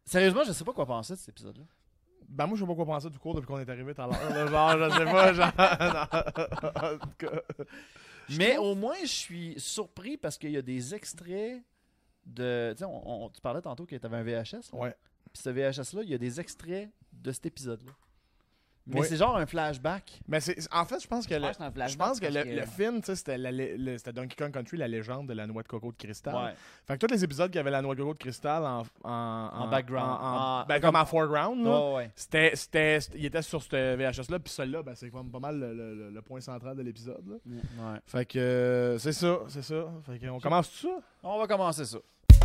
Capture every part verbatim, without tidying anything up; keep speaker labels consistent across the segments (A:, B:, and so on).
A: Sérieusement, je sais pas quoi penser de cet épisode-là.
B: Ben moi, je sais pas quoi penser tout court depuis qu'on est arrivé tout à l'heure. Là, genre, je sais pas, genre... en tout cas...
A: Mais trouve... au moins, je suis surpris parce qu'il y a des extraits de... Tu sais, on, on, tu parlais tantôt que tu avais un V H S. Là.
B: Ouais.
A: Puis ce V H S-là, il y a des extraits de cet épisode-là. Mais
B: oui.
A: c'est genre un flashback.
B: Mais c'est, en fait, je pense que,
C: je
B: le,
C: pense que,
B: je pense que, le,
C: que
B: le film, tu sais, c'était, la, le, c'était Donkey Kong Country, la légende de la noix de coco de cristal.
A: Ouais.
B: Fait que tous les épisodes qui avaient la noix de coco de cristal en, en,
A: en,
B: en
A: background.
B: En, en,
A: en,
B: ben, comme, comme en foreground, là,
A: oh, ouais.
B: c'était, c'était, c'était, il était sur ce V H S-là, puis celui-là, ben, c'est comme pas mal le, le, le point central de l'épisode. Là.
A: Ouais.
B: Fait que euh, c'est ça, c'est ça. Fait que on commence tout ça?
A: On va commencer ça.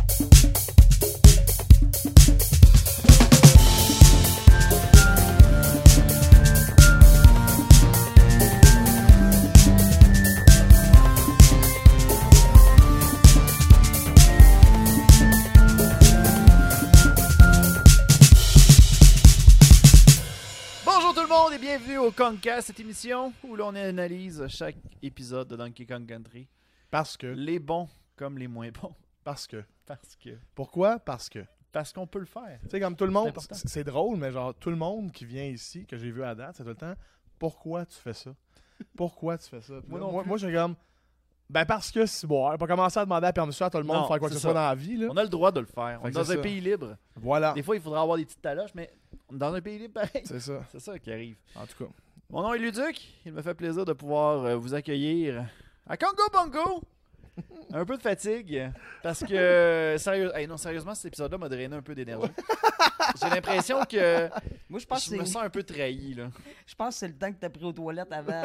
A: Et bienvenue au Kongcast, cette émission où l'on analyse chaque épisode de Donkey Kong Country.
B: Parce que.
A: Les bons comme les moins bons.
B: Parce que.
A: Parce que.
B: Pourquoi? Parce que.
A: Parce qu'on peut le faire.
B: Tu sais, comme tout le monde,
A: c'est,
B: c'est drôle, mais genre, tout le monde qui vient ici, que j'ai vu à date, c'est tout le temps, pourquoi tu fais ça? Pourquoi tu fais ça?
A: moi,
B: là,
A: non
B: moi, moi, j'ai comme. Ben parce que c'est bon, pas commencer à demander la permission à tout le monde
A: non,
B: de faire quoi que ce soit dans la vie. Là.
A: On a le droit de le faire. On est dans un
B: ça.
A: pays libre.
B: Voilà.
A: Des fois, il faudra avoir des petites taloches, mais on est dans un pays libre pareil.
B: C'est ça.
A: C'est ça qui arrive.
B: En tout cas.
A: Mon nom est Luduc. Il me fait plaisir de pouvoir euh, vous accueillir à Congo Bongo. Un peu de fatigue. Parce que, euh, sérieux... hey, non, sérieusement, cet épisode-là m'a drainé un peu d'énergie. J'ai l'impression que
C: Moi, je, pense
A: je
C: que
A: me
C: c'est...
A: sens un peu trahi. Là.
C: Je pense que c'est le temps que t'as pris aux toilettes avant.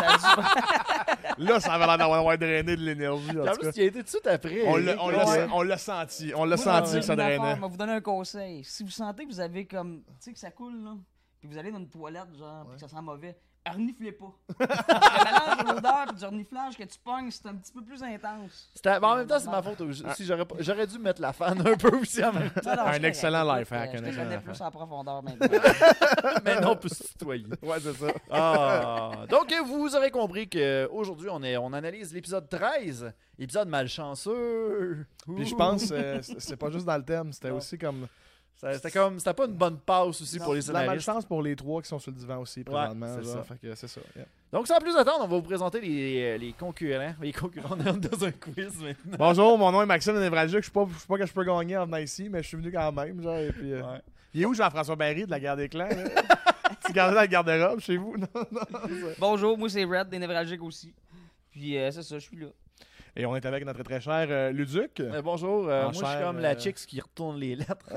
B: Là, ça avait l'air d'avoir drainé de l'énergie. En,
A: en plus, il a été tout de suite après.
B: On l'a, on, l'a,
C: ouais.
B: on l'a senti. On l'a
C: Moi,
B: senti
C: non,
B: que ça drainait.
C: Je vais vous donner un conseil. Si vous sentez que vous avez comme. Tu sais, que ça coule, là. Puis vous allez dans une toilette, genre,
B: ouais.
C: puis que ça sent mauvais. Reniflez pas. Le mélange de l'odeur et du reniflage que tu pognes, c'est un petit peu plus intense.
A: C'était... Mais en même temps, c'est ma faute aussi. J'aurais, j'aurais dû mettre la fan un peu aussi en même temps.
C: Non, non,
B: un excellent life hack.
C: Je te connais plus en profondeur maintenant.
A: Mais non, plus citoyen.
B: Ouais, c'est ça.
A: Ah. Donc, vous aurez compris qu'aujourd'hui, on, est, on analyse l'épisode treize. Épisode malchanceux.
B: Puis je pense que euh, c'est pas juste dans le thème, c'était
A: non.
B: aussi comme...
A: C'était comme c'était pas une bonne passe aussi
B: non,
A: pour les scénaristes.
B: La malchance pour les trois qui sont sur le divan aussi présentement.
A: Ouais, c'est
B: genre,
A: ça.
B: Fait que c'est ça. Yeah.
A: Donc sans plus attendre, on va vous présenter les, les concurrents. Les concurrents, on est dans un quiz maintenant.
B: Bonjour, mon nom est Maxime Névralgique. Je sais pas, je sais pas que je peux gagner en venant ici, mais je suis venu quand même. Genre, et puis, euh...
A: ouais.
B: Il est où Jean-François Barry de la Guerre des Clans? Tu gardais la garde-robe chez vous? Non, non.
C: Bonjour, moi c'est Red des Névralgiques aussi. Puis euh, c'est ça, je suis là.
B: Et on est avec notre très cher euh, Luduc.
A: Euh, bonjour, euh, moi
B: cher,
A: je suis comme
B: euh...
A: la chicks qui retourne les lettres.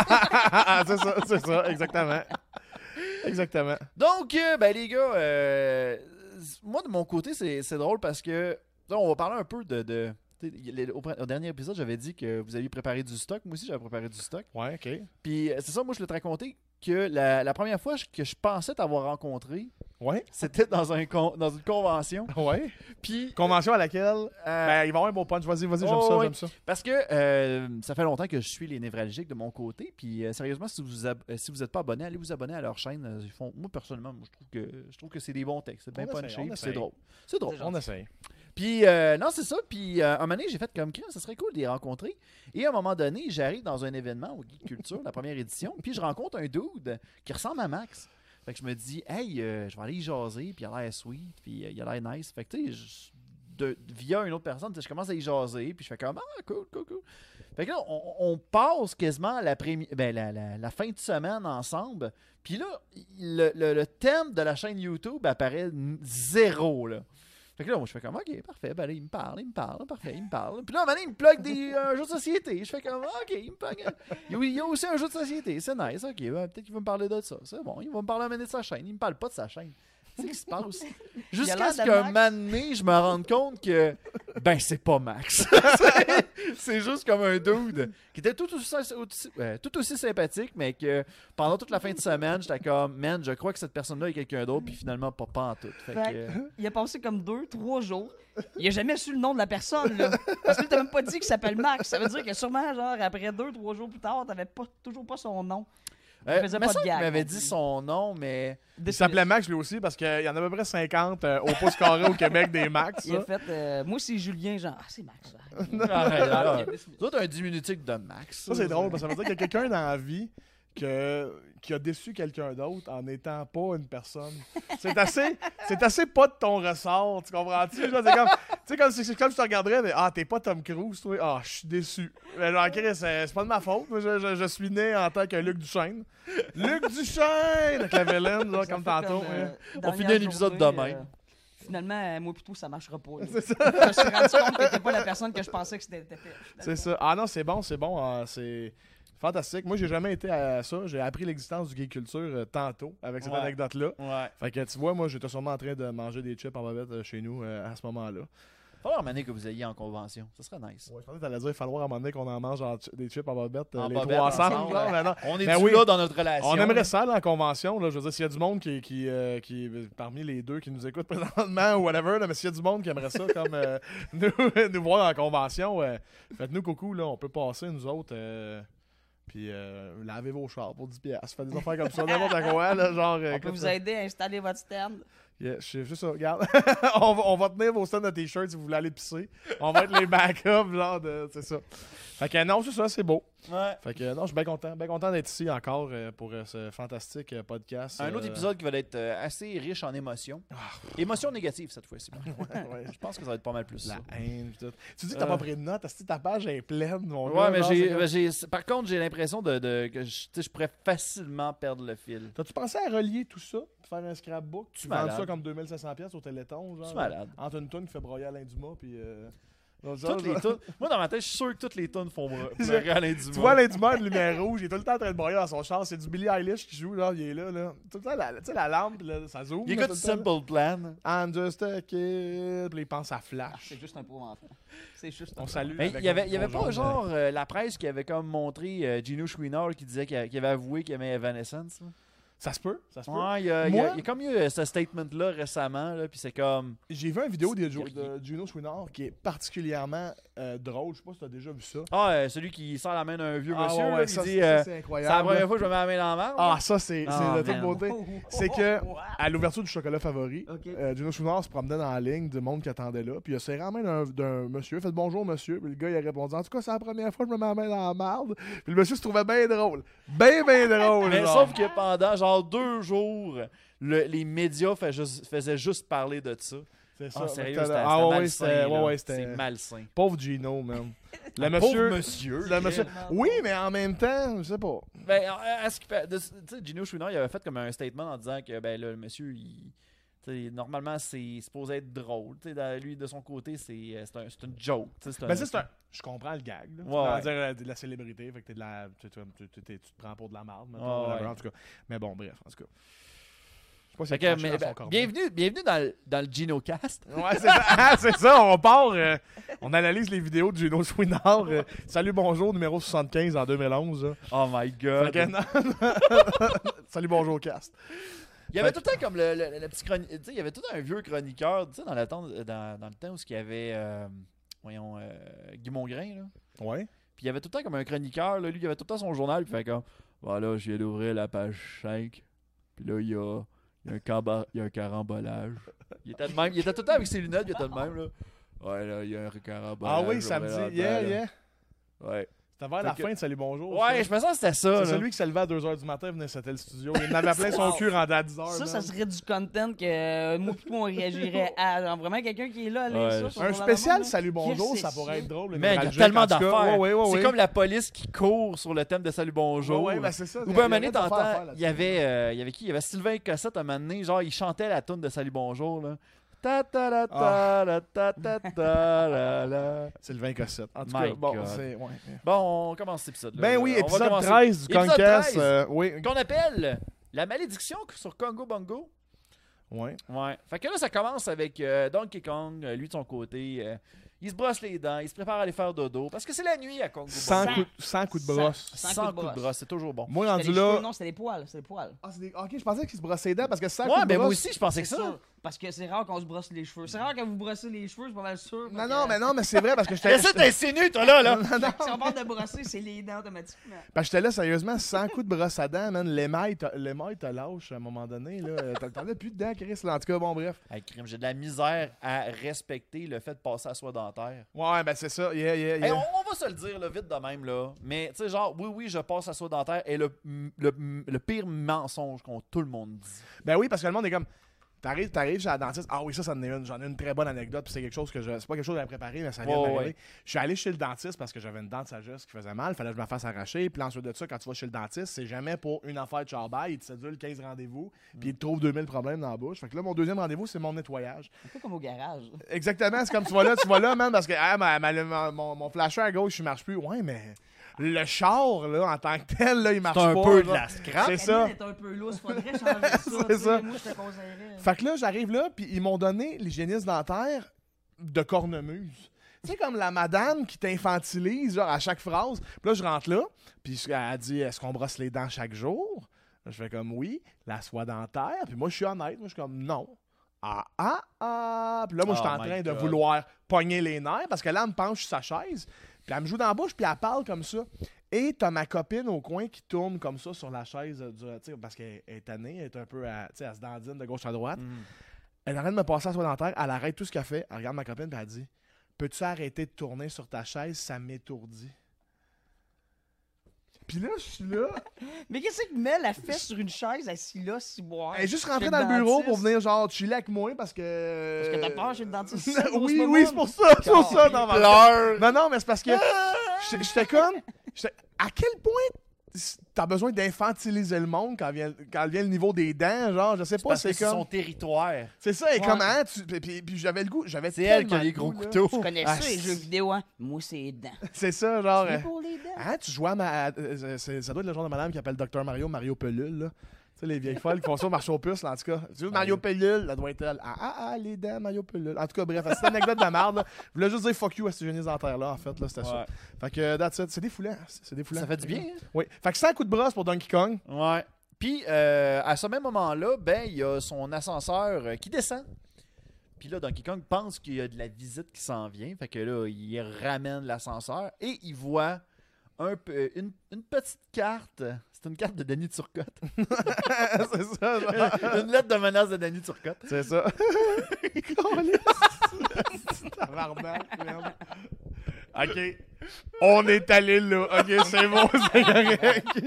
B: C'est ça, c'est ça, exactement. Exactement.
A: Donc, euh, ben les gars, euh, moi de mon côté, c'est, c'est drôle parce que là, on va parler un peu de... de Au, au dernier épisode, j'avais dit que vous aviez préparé du stock. Moi aussi, j'avais préparé du stock.
B: Ouais, OK.
A: Puis c'est ça, moi, je voulais te raconter que la, la première fois que je pensais t'avoir rencontré,
B: ouais.
A: c'était dans, un con, dans une convention.
B: Ouais.
A: Puis,
B: convention à laquelle euh, ben, il va y avoir un beau punch. Vas-y, vas-y, j'aime oh, ça, oui. j'aime ça.
A: Parce que euh, ça fait longtemps que je suis les névralgiques de mon côté. Puis euh, sérieusement, si vous ab- si vous n'êtes pas abonné, allez vous abonner à leur chaîne. Ils font, moi, personnellement, moi, je trouve que je trouve que c'est des bons textes. C'est bien punché, c'est drôle. C'est drôle.
B: On essaye.
A: Puis, euh, non, c'est ça. Puis, euh, un moment donné, j'ai fait comme crime, ça serait cool de les rencontrer. Et à un moment donné, j'arrive dans un événement au Geek Culture, la première édition, puis je rencontre un dude qui ressemble à Max. Fait que je me dis, hey, euh, je vais aller y jaser, puis il a l'air sweet, puis euh, il a l'air nice. Fait que, tu sais, de, via une autre personne, je commence à y jaser, puis je fais comme, ah, cool, cool, cool. Fait que là, on, on passe quasiment l'après-midi, ben, la, la, la fin de semaine ensemble. Puis là, le, le, le thème de la chaîne YouTube apparaît zéro, là. Fait que là, moi, je fais comme, OK, parfait. Ben là, il me parle, il me parle, parfait, il me parle. Puis là, à un moment donné, il me plug des, un jeu de société. Je fais comme, OK, il me plug. Il y a aussi un jeu de société, c'est nice. OK, ben, peut-être qu'il va me parler de ça. C'est bon, il va me parler à un moment donné de sa chaîne. Il me parle pas de sa chaîne. C'est ce qui se passe. Jusqu'à ce qu'un moment donné, je me rende compte que, ben, c'est pas Max. c'est, c'est juste comme un dude qui était tout aussi, aussi, euh, tout aussi sympathique, mais que pendant toute la fin de semaine, j'étais comme, man, je crois que cette personne-là est quelqu'un d'autre, puis finalement, pas, pas en tout. Fait
C: fait,
A: que, euh...
C: Il a passé comme deux, trois jours. Il a jamais su le nom de la personne, là. Parce que tu t'as même pas dit qu'il s'appelle Max. Ça veut dire que sûrement, genre, après deux, trois jours plus tard, t'avais pas, toujours pas son nom.
A: Euh,
C: faisait
A: mais
C: pas
A: ça,
C: de
A: il
C: gag
A: m'avait
C: non
A: dit
C: plus.
A: son nom, mais...
B: Il s'appelait Max lui aussi parce qu'il y en a à peu près cinquante euh, au pouce carré au Québec des Max.
C: Il a
B: Ça.
C: fait. euh, moi, c'est Julien, genre. Ah, c'est Max. ça.
A: Arrête,
C: Ah,
A: arrête.
C: ok.
A: Toi, t'as un diminutif de Max.
B: Ça, c'est drôle parce que ça veut dire qu'il y a quelqu'un dans la vie que, qui a déçu quelqu'un d'autre en n'étant pas une personne. C'est assez, c'est assez pas de ton ressort, tu comprends-tu? Genre, c'est comme, tu sais, comme, c'est, c'est comme je te regarderais, mais ah, t'es pas Tom Cruise, toi. Ah, je suis déçu. Mais genre, Chris, c'est, c'est pas de ma faute. Moi, je, je, je suis né en tant que Luc Duchesne. Luc Duchesne! Avec la Vélène, genre,
C: Ça
B: comme
C: fait
B: tantôt.
C: euh,
B: hein.
A: On
C: dernière
A: finit un épisode
C: journée,
A: de même.
C: euh, Finalement, euh, moi plutôt, ça marchera pas. là.
B: C'est ça.
C: Je me suis rendu compte que t'étais pas la personne que je pensais que c'était. fait.
B: C'est ça. Ah non, c'est bon, c'est bon. ah, c'est fantastique. Moi, j'ai jamais été à ça. J'ai appris l'existence du gay culture euh, tantôt avec cette
A: Ouais.
B: anecdote-là.
A: Ouais.
B: Fait que tu vois, moi, j'étais sûrement en train de manger des chips en bavette euh, chez nous euh, à ce moment-là.
A: Faudrait emmener que vous ayez en convention. Ça serait nice.
B: Ouais, je pensais que t'allais dire, il va falloir à un moment donné qu'on en mange en chi- des chips en bavette, euh,
A: En
B: les
A: bobette
B: trois ensemble.
A: ensemble,
B: genre,
A: ouais.
B: mais non.
A: On est
B: Ben
A: dû
B: oui.
A: là dans notre relation.
B: On aimerait ça là, en convention. Là, je veux dire, s'il y a du monde qui, qui, euh, qui parmi les deux qui nous écoute présentement ou whatever, là, mais s'il y a du monde qui aimerait ça comme euh, nous, nous voir en convention, euh, faites-nous coucou, là, on peut passer nous autres. Euh, Puis euh, lavez vos chars pour dix piastres. Faites des affaires comme ça, n'importe quoi. Là, genre, euh,
C: On peut
B: écoute,
C: vous aider à installer votre stand.
B: Yeah, je sais juste ça, regarde. on, va, on va tenir vos stands de t-shirts si vous voulez aller pisser. On va être les backups, genre de. C'est ça. Fait que non, c'est ça, c'est beau.
A: Ouais.
B: Fait que non, je suis bien content. Bien content d'être ici encore euh, pour euh, ce fantastique euh, podcast.
A: Un autre
B: euh,
A: épisode qui va être euh, assez riche en émotions. Émotions négatives cette fois-ci.
B: ouais,
A: Je pense que ça va être pas mal plus
B: la
A: ça.
B: haine, pis tout. Tu dis que t'as
A: Euh.
B: pas pris de notes, est-ce que ta page est pleine, mon
A: Ouais,
B: gars,
A: mais
B: genre,
A: j'ai,
B: c'est comme-
A: ben, j'ai- par contre, j'ai l'impression de, de- que je, tu sais, je pourrais facilement perdre le fil.
B: T'as-tu pensé à relier tout ça, faire un scrapbook,
A: Tu
B: tu vends
A: malade.
B: ça comme deux mille cinq cents pièces au Téléthon, genre?
A: Je suis malade.
B: Entre une toune qui fait broyer Alain Dumas, puis. Euh... genre,
A: Toutes les
B: genre-
A: tunes. Moi, dans ma tête, je suis sûr que toutes les tunes font bra-
B: Je-
A: pleurer Alain Dumas.
B: Tu vois Alain Dumas de lumière rouge, il est tout le temps en train de broyer dans son char. C'est du Billie Eilish qui joue, là, il est là, là. Tout le temps, la, tu sais, la lampe, là, ça zoome.
A: Il
B: là,
A: écoute
B: tout le temps,
A: Simple Plan.
B: là. I'm just a kid, puis il pense à
C: Ah,
B: Flash.
C: c'est juste un pauvre enfant. C'est juste un
B: On
C: pauvre
B: salue.
A: Mais
B: avec
A: il y avait,
B: notre
A: il y avait
B: ton
A: pas
B: jaune,
A: genre euh, la presse qui avait comme montré euh, Gino Chouinard qui disait qu'il, a- qu'il avait avoué qu'il aimait Evanescence. là?
B: euh, Ça se peut, ça se peut.
A: Ouais, il y a, il y a-
B: Moi-
A: il y a comme eu euh, ce statement-là récemment, là, puis c'est comme.
B: J'ai vu une vidéo de, Ju-
A: Il-
B: de Juno Chouinard qui est particulièrement euh, drôle. Je sais pas si t'as déjà vu ça.
A: Ah, euh, celui qui sort la main d'un vieux
B: Ah,
A: monsieur,
B: ouais,
A: là,
B: ouais,
A: il
B: ça,
A: dit
B: c'est-
A: euh,
B: ça, c'est
A: c'est la
B: incroyable.
A: première fois que je me mets la main dans la marde.
B: Ah, ça, c'est
A: Ah,
B: c'est de toute
A: man.
B: beauté.
C: Oh, oh,
B: C'est
C: oh,
B: que-
C: oh, wow.
B: À l'ouverture du chocolat favori,
C: Ok.
B: euh, Juno Chouinard se promenait dans la ligne du monde qui attendait là. Puis il a serré la main d'un, d'un monsieur. Fait bonjour, monsieur. Puis le gars, il a répondu en tout cas, c'est la première fois que je me mets la main dans la marde. Puis le monsieur se trouvait bien drôle. Bien, bien drôle.
A: Mais
B: genre.
A: sauf que pendant genre deux jours, le- les médias fait juste- faisaient juste parler de ça.
B: C'est ça.
A: Ah, sérieux,
B: Fait que
A: c'était,
B: t'as-
A: c'était
B: ah, ouais, ouais,
A: malsain.
B: c'était-
A: là.
B: ouais, ouais,
A: c'est
B: c'était.
A: malsain.
B: Pauvre Gino, man. Le
A: Ah,
B: monsieur.
A: pauvre monsieur.
B: Le monsieur.
C: Tellement
B: Oui, mais en même temps, je sais pas.
A: Ben, euh, à ce qu'il fait- de- tu sais, Gino Chouinard, il avait fait comme un statement en disant que ben, là, le monsieur, il, tu sais, normalement, c'est supposé être drôle. Tu sais, dans- lui, de son côté, c'est, euh, c'est, un, c'est une joke. tu sais, C'est un,
B: Ben, ça, c'est un. Je comprends le gag. Là. Tu
A: Ouais,
B: vas
A: ouais.
B: dire euh, de la célébrité, fait que t'es de la. Tu, tu, tu- tu- tu te prends pour de la marde, mettons,
A: Ouais,
B: whatever,
A: ouais.
B: en tout cas. Mais bon, bref, en tout cas. Je sais pas si
A: Fait
B: il
A: que,
B: a craché
A: mais,
B: dans son
A: ben,
B: corps.
A: bienvenue, bienvenue dans, le- dans le Gino Cast.
B: Ouais, c'est ça. Ah, c'est ça, on part. euh, on analyse les vidéos de Gino Chouinard. euh, Salut, bonjour, numéro soixante-quinze en deux mille onze. là.
A: Oh my
B: Fait
A: god.
B: que, non. Salut, bonjour, cast.
A: Il y avait
B: Fait
A: tout le temps comme le, le- le petit chroni- tu sais, il y avait tout un vieux chroniqueur, tu sais, dans, le temps- dans, dans le temps où il y avait, euh, voyons, euh, Guy Mongrain, là.
B: Ouais.
A: Puis il y avait tout le temps comme un chroniqueur, là, lui, il avait tout le temps son journal, puis il fait comme, voilà, je viens d'ouvrir la page cinq, puis là, il y a, il y a un camba- il y a un carambolage. Il était de même, il était tout le temps avec ses lunettes, il était de même, là. Ouais, là, il y a un carambolage.
B: Ah oui, ça me
A: là,
B: dit. Yeah,
A: là.
B: yeah.
A: Ouais.
B: C'était vers la
A: Fait que-
B: fin de Salut, bonjour.
A: Ouais,
B: ça.
A: je me sens que c'était ça,
B: C'est
A: là.
B: celui qui s'est levé à deux heures du matin, venait c'était le studio. Il en avait plein son cul rendu à dix heures.
C: Ça,
B: man.
C: ça serait du content que euh, moi pis toi, on réagirait à. Genre, vraiment quelqu'un qui est là à lire
A: Ouais.
C: ça. sur
B: Un
C: son
B: spécial
C: abonnement,
B: Salut bonjour,
C: Qu'est-ce
B: ça
C: que
B: pourrait
C: c'est?
B: être drôle.
A: Man, il y a
B: névralgique,
A: tellement
B: en tout cas.
A: d'affaires.
B: Ouais, ouais, ouais,
A: c'est
B: ouais.
A: comme la police qui court sur le thème de Salut Bonjour.
B: Ouais, ouais, ben c'est ça.
A: Ou
B: il y
A: bien
B: a-
A: un moment
B: il y
A: donné,
B: a rien d'affaire à faire
A: t'entends,
B: là-dessus.
A: il y avait, euh, il y avait qui? Il y avait Sylvain Cossette un moment donné, genre il chantait la tune de Salut Bonjour, là. Ta ta la ta la ta ta ta la la.
B: Sylvain Cossette. En tout
A: My
B: cas, bon,
A: God.
B: c'est. Ouais.
A: Bon, on commence cet épisode-là.
B: Ben oui,
A: On va
B: épisode
A: commencer.
B: treize du
A: Épisode
B: Concast.
A: treize.
B: euh, oui.
A: Qu'on appelle La malédiction sur Congo Bongo.
B: Ouais.
A: Ouais. Fait que là, ça commence avec euh, Donkey Kong, euh, lui de son côté. euh, il se brosse les dents, il se prépare à aller faire dodo. Parce que c'est la nuit à Congo
B: Sans
A: Bongo.
B: coup, sans coup de brosse.
C: Sans
A: Sans
C: coup de
A: coup de
C: brosse.
A: brosse, c'est toujours bon.
B: Moi,
C: C'était
B: rendu
C: les cheveux,
B: là.
C: Non, c'était les poils. C'était les poils.
B: Ah, c'est des- ok, je pensais qu'il se brossait les dents parce que sans coup
A: Ouais,
B: de
A: mais moi
B: brosse.
A: aussi, je pensais que
C: C'est
A: ça.
C: sûr. Parce que c'est rare qu'on se brosse les cheveux. C'est rare que vous brossez les cheveux, c'est pas mal sûr.
B: Non, non, mais non, mais c'est vrai parce que j'étais.
A: Qu'est-ce que t'insinues, toi, là, là?
B: Non, non.
C: Si on parle de brosser, c'est les dents automatiquement.
B: Parce que j'étais là, sérieusement, sans coup de brosse à dents, man. L'émail te l'émail te lâche à un moment donné. Là. T'en t'en as plus de dents, Chris. Là. En tout cas, bon, bref.
A: Hey, crime, j'ai de la misère à respecter le fait de passer à soie dentaire.
B: Ouais, ben c'est ça. Yeah, yeah, yeah.
A: Hey, on, on va se le dire là, vite de même, là. Mais, tu sais, genre, oui, oui, je passe à soie dentaire est le, le, le pire mensonge qu'on tout le monde dit.
B: Ben oui, parce que le monde est comme. T'arrives, t'arrives chez la dentiste. Ah oui, ça, ça en est une. J'en ai une très bonne anecdote. Puis c'est quelque chose que je. C'est pas quelque chose que j'avais préparé, mais ça vient
A: Ouais,
B: de m'arriver.
A: ouais.
B: Je suis allé chez le dentiste parce que j'avais une dent de sagesse qui faisait mal. Fallait que je me fasse arracher. Puis ensuite de ça, quand tu vas chez le dentiste, c'est jamais pour une affaire de charbal. Il te cédule quinze rendez-vous. Puis il te trouve deux mille problèmes dans la bouche. Fait que là, mon deuxième rendez-vous, c'est mon nettoyage.
C: Un peu comme au garage.
B: Exactement. C'est comme tu vas là, tu vas là, man, parce que ah, ma, ma- ma- mon, mon flasher à gauche, il marche plus. Ouais, mais. Le char, là, en tant que tel, là, il marche
A: C'est un
B: pas.
A: peu de
B: genre.
A: la scrap.
B: C'est ça.
C: est un peu lousse, faudrait changer ça.
B: C'est
C: tu sais,
B: ça.
C: Moi, je te conseillerais.
B: Fait que là, j'arrive là, puis ils m'ont donné l'hygiéniste dentaire de cornemuse. Tu sais, comme la madame qui t'infantilise, genre, à chaque phrase. Puis là, je rentre là, puis elle dit, est-ce qu'on brosse les dents chaque jour? Là, je fais comme, oui. La soie dentaire. Puis moi, je suis honnête. Moi, je suis comme, non. Ah, ah, ah. Puis là, moi, je suis
A: Oh
B: en
A: my
B: train de
A: God.
B: vouloir pogner les nerfs, parce que là, elle me penche sur sa chaise, puis elle me joue dans la bouche, puis elle parle comme ça. Et t'as ma copine au coin qui tourne comme ça sur la chaise, euh, du, tu sais, parce qu'elle est tannée, elle est un peu, à, tu sais, elle se dandine de gauche à droite.
A: Mm.
B: Elle arrête de me passer la soie dentaire, elle arrête tout ce qu'elle fait, elle regarde ma copine et elle dit « Peux-tu arrêter de tourner sur ta chaise, ça m'étourdit. » Puis là, je suis là,
C: Mais qu'est-ce qui met la fesse sur une chaise assis là, si boire?
B: elle est juste rentrée
C: Chez
B: dans le bureau
C: dentiste.
B: pour venir genre chiller avec moi parce que...
C: Parce que t'as peur chez le dentiste.
B: oui, oui, c'est pour ça, c'est pour ça. Non, mais-
A: Pleure.
B: non, non, mais c'est parce que j'étais- j'étais comme... j'étais- À quel point t'as besoin d'infantiliser le monde quand vient, quand vient le niveau des dents, genre, je sais pas,
A: Parce que
B: c'est
A: c'est
B: comme...
A: son territoire.
B: C'est ça, et
C: Ouais.
B: comme, hein, tu... puis, puis- puis j'avais le goût, j'avais
A: C'est elle qui
B: tellement
A: a les
B: le
A: gros
B: goût, là.
A: couteaux.
C: Je connais
B: Ah,
C: ça, les
B: c'est-
C: jeux vidéo, hein. Moi, c'est les dents.
B: C'est ça, genre...
C: C'est
B: euh,
C: pour les dents.
B: Hein, tu jouais à ma. euh, c'est- ça doit être le genre de madame qui appelle docteur Mario, Mario Pelule, là. Tu sais, les vieilles folles qui font ça au marché aux puces, là, en tout cas. Tu veux Mario Pelule, là, doit être elle. Ah, ah, ah, les dents, Mario Pelule. En tout cas, bref, c'est une anecdote de la merde, là. Je voulais juste dire fuck you à ce génie dentaire-là, en fait, là, c'était ça.
A: Ouais.
B: Fait que, euh, that's it. C'est défoulant. C'est défoulant.
A: Ça fait du bien, hein?
B: Oui. Fait que cent coups de brosse pour Donkey Kong.
A: Ouais. Puis, euh, à ce même moment-là, ben, il y a son ascenseur euh, qui descend. Puis là, Donkey Kong pense qu'il y a de la visite qui s'en vient. Fait que là, il ramène l'ascenseur et il voit un peu, une, une petite carte. C'est une carte de Danny Turcotte.
B: C'est ça, genre.
A: Une lettre de menace de Danny Turcotte.
B: C'est ça. Tabarnak, merde. OK. On est allé là. OK, c'est bon, c'est correct.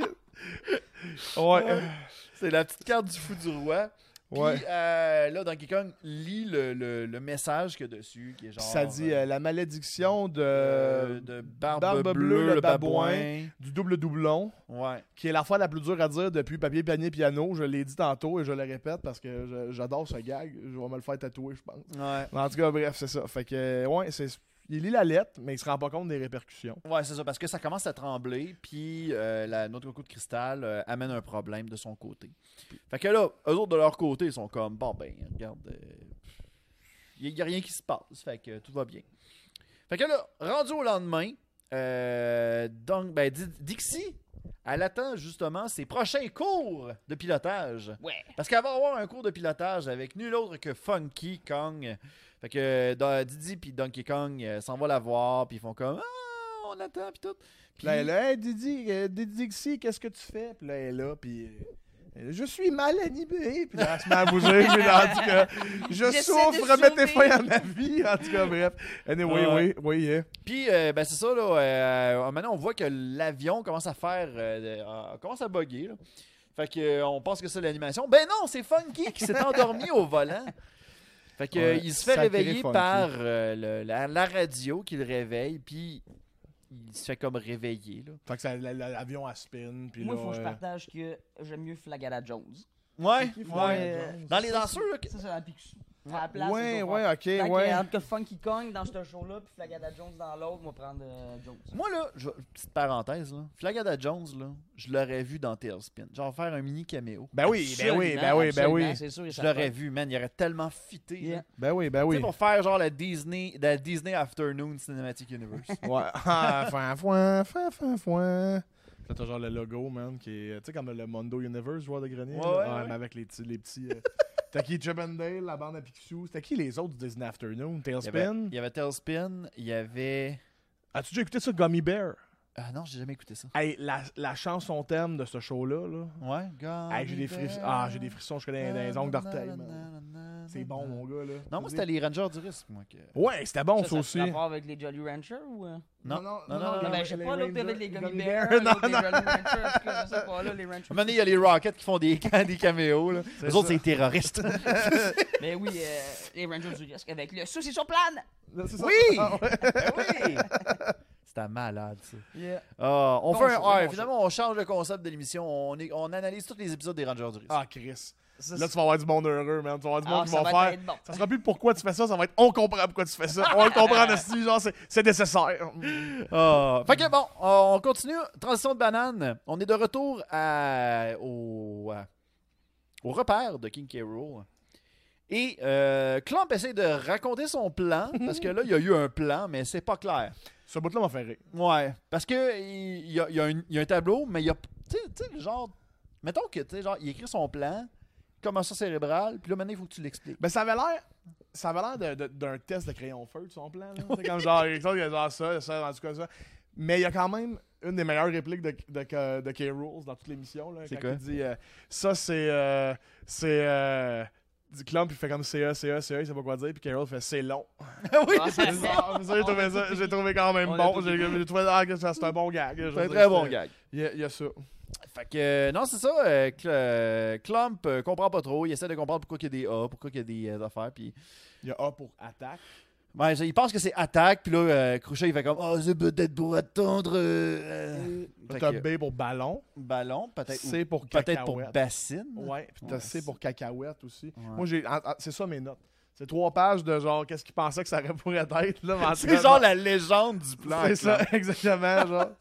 B: Ouais.
A: C'est la petite carte du fou du roi. Puis
B: Ouais.
A: euh, là, Donkey Kong lit le, le, le message qu'il y a dessus, qui est genre...
B: Ça dit euh, la malédiction de,
A: euh, de Barbe,
B: Barbe
A: Bleue,
B: Bleue,
A: le,
B: le
A: babouin.
B: babouin. du double doublon,
A: Ouais.
B: qui est la fois la plus dure à dire depuis Papier, Panier, Piano. Je l'ai dit tantôt et je le répète parce que je- j'adore ce gag. Je vais me le faire tatouer, je pense.
A: Ouais.
B: Mais en tout cas, bref, c'est ça. Fait que, euh, ouais, c'est... Il lit la lettre, mais il se rend pas compte des répercussions.
A: Ouais, c'est ça, parce que ça commence à trembler, puis euh, la, notre coco de cristal euh, amène un problème de son côté. Fait que là, eux autres de leur côté, ils sont comme, bon ben, regarde, il n'y a rien qui se passe, fait que tout va bien. Fait que là, rendu au lendemain, euh, donc, ben, Di- Dixie, elle attend justement ses prochains cours de pilotage.
C: Ouais.
A: Parce qu'elle va avoir un cours de pilotage avec nul autre que Funky Kong. Fait que euh, Don- Didi puis Donkey Kong euh, s'en vont la voir, puis ils font comme ah, on attend, puis tout.
B: Puis là, elle est là, hey, Didi, euh, Didi Dixie, qu'est-ce que tu fais? Puis là, elle est là, puis... euh, Je suis mal animé. Puis là, elle se met à bouger. Puis là, en tout cas, je
C: J'essaie
B: souffre,
C: de
B: remettez
C: sauver.
B: fin à ma vie. En tout cas, bref. Anyway,
A: Ouais.
B: oui, oui, yeah.
A: Puis, euh, ben c'est ça, là. euh, maintenant, on voit que l'avion commence à faire. euh, euh, commence à bugger, là. Fait que, euh, on pense que c'est l'animation. Ben non, c'est Funky qui s'est endormi au volant. Fait que,
B: Ouais,
A: euh, il se fait
B: sacré
A: réveiller
B: Funky.
A: par euh, le- la, la radio qui le réveille, puis il se fait comme réveiller, là.
B: Fait que ça, la- la- l'avion à spin. Puis
C: Moi,
B: là,
C: il faut que je
B: euh,
C: partage que j'aime mieux Flagada Jones.
A: Ouais,
B: qui fait
A: ouais.
C: euh,
B: Jones?
A: Dans les danseurs, là. que-
C: Ça, c'est dans la Picsou. À la place,
B: Ouais,
C: c'est
B: ouais, ok,
C: Fait que,
B: ouais.
C: entre que Funky Kong dans ce show-là, puis Flagada Jones dans l'autre, moi, prendre euh, Jones.
A: Moi, là, je- petite parenthèse, là. Flagada Jones, là, je l'aurais vu dans Tailspin. Genre faire un mini caméo.
B: Ben oui, ben oui, ben oui, ben oui.
C: C'est sûr, et
A: Je
C: certain.
A: l'aurais vu, man. Il aurait tellement fité. là.
C: Yeah.
B: Ben oui, ben
A: Tu
B: oui.
A: sais, pour faire genre la Disney, la Disney Afternoon Cinematic Universe.
B: Ouais. Ah, fin, foin, fin, fin, foin. T'as genre le logo, man, qui est. Tu sais, comme le Mondo Universe, joueur de grenier.
A: Ouais,
B: là.
A: ouais,
B: Ah,
A: ouais.
B: mais avec les petits. Les petits euh, T'as qui Chip and Dale, la bande à Picsou. C'était qui les autres du Disney Afternoon?
A: Il y avait,
B: Tailspin?
A: il y avait Tailspin, il y avait...
B: As-tu déjà écouté ça, Gummy Bear?
A: Ah non, j'ai jamais écouté ça.
B: Hey, la, la chanson thème de ce show-là, là.
A: Ouais, gars.
B: Hey, j'ai des frissons. Ah, j'ai des frissons jusque dans, dans les ongles d'orteil, man. C'est bon, mon gars, là.
A: Non, moi, c'était les Rangers du risque, moi. Que...
B: Ouais, c'était bon, ça,
C: ça,
B: aussi.
C: ça a rapport avec les Jolly Ranchers ou. euh?
A: Non, non, non. non,
C: Non, ben, je sais
B: les
C: pas, l'autre
B: Rangers-
C: avec les Gummy
B: Gummy
C: Bears,
B: Bears.
C: l'autre
B: Non,
C: les
B: non.
C: Jolly Ranchers, en tout cas, je sais pas, là, les
A: À un
C: Ranchers.
A: moment donné, il y a les Rockets qui font des, des caméos. Là.
B: C'est
A: Les autres,
B: ça.
A: c'est les terroristes.
C: Mais oui, euh, les Rangers du risque avec le souci sur plane.
B: C'est ça.
A: Oui!
B: Ah, ouais.
A: Ben oui! C'était malade, ça.
C: Yeah.
A: Ah, on
C: Bon
A: fait un...
C: show,
A: ouais,
C: bon
A: finalement, on change le concept de l'émission. On, est... on analyse tous les épisodes des Rangers du risque.
B: Ah, Chris.
C: Ça,
B: Là, tu vas avoir du monde heureux, man. Tu vas avoir du
C: Ah,
B: monde qui
C: ça
B: va
C: va
B: faire.
C: être bon.
B: Ça sera plus pourquoi tu fais ça, ça va être on comprend pourquoi tu fais ça. On le comprend aussi, genre, c'est, c'est nécessaire.
A: Ah. Fait que bon, on continue. Transition de banane. On est de retour à... au... à- au repère de King K. Rool. Et euh, Clump essaie de raconter son plan, parce que là, il y a eu un plan, mais c'est pas clair.
B: Ce bout-là m'a fait rire.
A: Ouais, parce que il il y a, il y a un, il y a un tableau, mais il y a... Tu sais- tu sais, le genre... Mettons que, tu sais, genre, il écrit son plan, commotion cérébrale, puis là, maintenant, il faut que tu l'expliques.
B: Ben, ça avait l'air. Ça avait l'air de- de- d'un test de crayon feu, de son plan. Là. C'est comme genre, il y a genre ça, ça, en tout cas ça. Mais il y a quand même une des meilleures répliques de, de, de K-Rules dans toute l'émission. Là,
A: C'est
B: quand
A: quoi?
B: il dit euh, ça, c'est. Euh, c'est. Euh, du Clump, il fait comme C A, C A, C A, il sait pas quoi dire, puis K-Rules fait c'est long.
A: oui,
C: Ah,
B: C'est ça, ça, j'ai trouvé ça, j'ai trouvé quand même
C: On a
B: bon.
C: tout
B: J'ai, j'ai trouvé ah, que ça, c'est un bon gag. Je veux
A: c'est un
B: dire,
A: très bon
B: c'était-
A: gag.
B: Il y, a- il y a ça.
A: Fait que, euh, non, c'est ça. euh, Cl- euh, Clump euh, comprend pas trop. Il essaie de comprendre pourquoi il y a des A, pourquoi il y a des euh, affaires. Puis,
B: Il y a A pour attaque.
A: ouais, il pense que c'est attaque. Puis là, euh, Crouchet, il fait comme oh, c'est peut-être pour attendre. euh, euh.
B: Là,
A: Fait
B: t'as
A: que,
B: B pour ballon.
A: ballon, peut-être.
B: C
A: ou
B: pour
A: peut-être pour
B: cacahuète.
A: bassine.
B: Ouais, puis t'as
A: Ouais,
B: C
A: c'est-
B: pour cacahuète aussi.
A: Ouais.
B: Moi, j'ai, en- en- c'est ça mes notes. C'est trois pages de genre, qu'est-ce qu'il pensait que ça aurait pourrait être. Là, mais en
A: C'est
B: train-
A: genre la légende du plan.
B: C'est ça,
A: Clump.
B: exactement. Genre.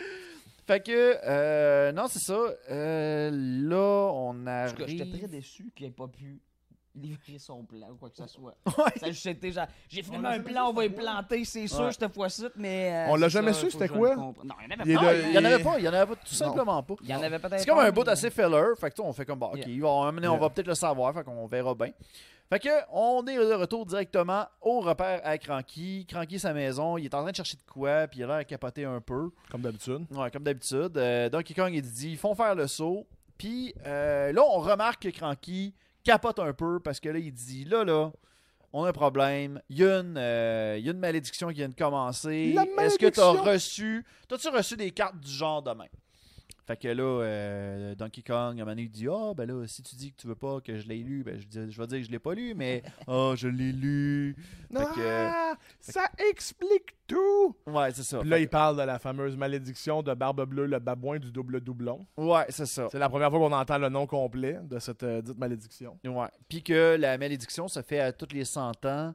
A: Fait que, euh, non, c'est ça. Euh, là, on
C: En
A: arrive.
C: tout cas, j'étais très déçu qu'il ait pas pu livrer son plan ou quoi que ce soit.
A: Ouais.
C: Ça a juste été genre, j'ai finalement
B: On l'a
C: un
B: jamais
C: plan,
B: su
C: on va y
B: c'était quoi.
C: planter, c'est sûr,
A: Ouais.
C: cette fois-ci, mais. euh,
B: On l'a
C: c'est
B: jamais
C: ça,
B: su,
C: faut
B: c'était
C: que je
B: quoi?
C: le compre- Non, il y en avait
B: Il est
C: pas.
A: Non,
B: de-
A: il y en avait pas. Il y en avait pas, tout simplement pas.
C: Il y en avait peut-être
A: C'est comme un
C: un,
A: bout
C: mais-
A: assez filler. Fait que, tu sais, on fait comme, bah, ok,
C: Yeah.
A: il va, à un moment donné, on
B: Yeah.
A: va peut-être le savoir. Fait qu'on verra bien. Fait que, on est de retour directement au repère à Cranky. Cranky, sa maison, il est en train de chercher de quoi, puis il a l'air à capoter un peu.
B: Comme d'habitude.
A: Ouais, comme d'habitude. Euh, Donkey Kong, il dit, ils font faire le saut. Puis euh, là, on remarque que Cranky capote un peu parce que là, il dit, là, là, on a un problème. Il y a une, euh, il y a une malédiction qui vient de commencer.
B: La
A: Est-ce que tu as
B: malédiction!
A: reçu, t'as-tu reçu des cartes du genre de même? Fait que là, euh, Donkey Kong, à un moment donné, il dit ah, ben là, si tu dis que tu veux pas que je l'ai lu, ben je, dis, je vais dire que je l'ai pas lu, mais ah, je l'ai lu. Fait que,
B: Ah, ça explique tout!
A: ouais, c'est ça.
B: Puis là,
A: Fait
B: il parle de la fameuse malédiction de Barbe Bleue, le babouin du double doublon.
A: que- ouais, c'est ça.
B: C'est la première fois qu'on entend le nom complet de cette euh, dite malédiction.
A: Ouais. Puis que la malédiction se fait à tous les cent ans.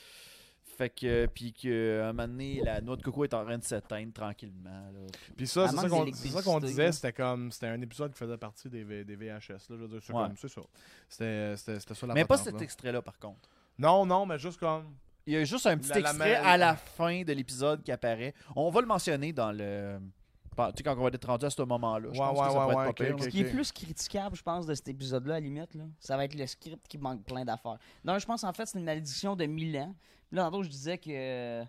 A: Fait que, puis que, à un moment donné, la noix de coco est en train de s'éteindre tranquillement. Là.
B: Puis ça,
C: Elle
B: c'est ça,
C: manque
B: qu'on,
C: d'électricité,
B: c'est ça qu'on disait,
C: là.
B: c'était comme, c'était un épisode qui faisait partie des, V- des V H S. Là, je veux dire, c'est,
A: Ouais.
B: comme, c'est ça. C'était, c'était, c'était ça la
A: Mais pas
B: patente,
A: cet
B: là.
A: extrait-là, par contre.
B: Non, non, mais juste comme...
A: Il y a juste un petit
B: La- la
A: extrait
B: ma-
A: à la fin de l'épisode qui apparaît. On va le mentionner dans le. Tu sais, quand on va être rendu à ce moment-là. Je
B: Ouais,
A: pense
B: ouais,
A: que ça
B: ouais,
A: pourrait
B: ouais,
A: être pas
B: ok,
A: pire,
B: ok.
A: là.
C: Ce qui est plus critiquable, je pense, de cet épisode-là, à la limite, là, ça va être le script qui manque plein d'affaires. Non, je pense en fait c'est une malédiction de mille ans. Puis là, tantôt, je disais que.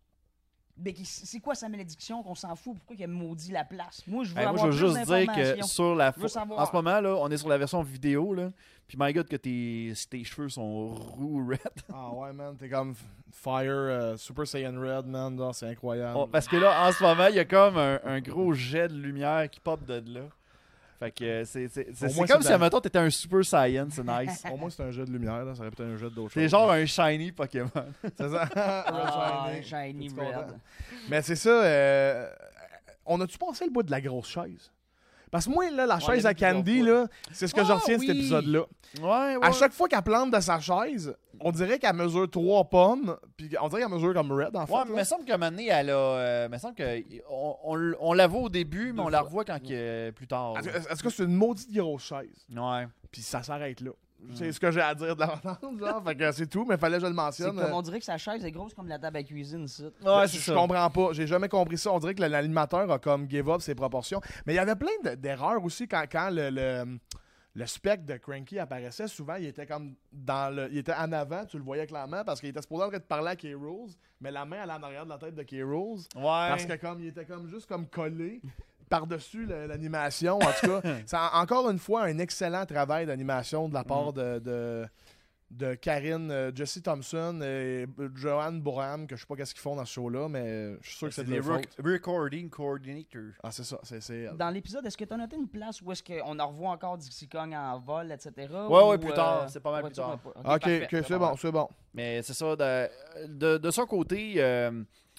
C: Ben, qui- c'est quoi sa malédiction qu'on s'en fout? Pourquoi il a maudit la place? Moi, je veux
A: Hey, moi,
C: avoir
A: je veux
C: plus
A: juste dire que
C: d'informations.
A: sur la
C: Je veux
A: pho-
C: savoir.
A: en ce moment, là, on est sur la version vidéo. Là. Puis, my God, que tes, tes cheveux sont roux, red.
B: Ah ouais, man, t'es comme Fire, euh, Super Saiyan Red, man, là, c'est incroyable.
A: Oh, parce que là, en ce moment, il y a comme un, un gros jet de lumière qui pop de là. Fait que euh, c'est, c'est, c'est,
B: Au
A: c'est
B: moins,
A: comme
B: c'est
A: si,
B: de la-
A: admettons, t'étais un Super Saiyan, c'est nice.
B: Pour moi, c'est un jet de lumière, là, ça aurait peut-être un jet d'autre chose.
A: C'est genre un shiny Pokémon.
B: C'est ça?
C: Ah,
B: Red
C: shiny
B: Shiny. Es-tu content?
C: red.
B: Mais c'est ça, euh, on a-tu passé le bout de la grosse chaise? Parce que moi, là, la
C: On
B: chaise
C: l'a
B: à
C: vu plusieurs
B: Candy,
C: fois.
B: là, c'est ce que je
A: Ah,
B: retiens de cet
A: oui!
B: épisode-là.
A: Ouais, ouais.
B: À chaque fois qu'elle plante de sa chaise, on dirait qu'elle mesure trois pommes, puis on dirait qu'elle mesure comme Red, en fait.
A: Ouais,
B: là.
A: mais il me semble qu'à un moment donné, elle a. euh, il me semble que. On, on, on la voit au début, mais
B: Deux
A: on la
B: fois.
A: revoit quand que- plus tard.
B: Est-ce
A: là.
B: est-ce que c'est une maudite grosse chaise?
A: Ouais.
B: Puis ça s'arrête là. C'est ce que j'ai à dire de l'entendre, genre. Fait que c'est tout, mais fallait que je le
C: C'est
B: mentionne.
C: comme on dirait que sa chaise est grosse comme la table à cuisine, ça.
A: Ouais,
B: je,
A: c'est
B: je
A: ça.
B: comprends pas. J'ai jamais compris ça. On dirait que l'animateur a comme give up ses proportions. Mais il y avait plein de- d'erreurs aussi quand, quand le, le, le spec de Cranky apparaissait. Souvent, il était comme dans le. Il était en avant, tu le voyais clairement, parce qu'il était supposé en train de parler à K-Rose, mais la main elle est en arrière de la tête de K-Rose.
A: Ouais.
B: Parce que comme il était comme juste comme collé par-dessus le- l'animation. En tout cas, c'est en- encore une fois un excellent travail d'animation de la part de, de, de Karine, euh, Jessie Thompson et euh, Joanne Bourham, que je sais pas qu'est-ce qu'ils font dans ce show-là, mais je suis sûr que c'est
A: C'est
B: de
A: les
B: leur faute.
A: rec- recording coordinators.
B: Ah, c'est ça, c'est... c'est elle.
C: Dans l'épisode, est-ce que tu as noté une place où est-ce qu'on en revoit encore Dixie Kong en vol, et cetera?
A: Ouais,
C: ou,
A: ouais, plus tard.
C: euh,
A: C'est pas mal
C: ouais,
A: plus
C: tu vois
A: tard.
C: pas.
B: Ok,
C: parfait.
B: ok, c'est bon, c'est bon.
A: Mais c'est ça, de, de, de son côté, euh,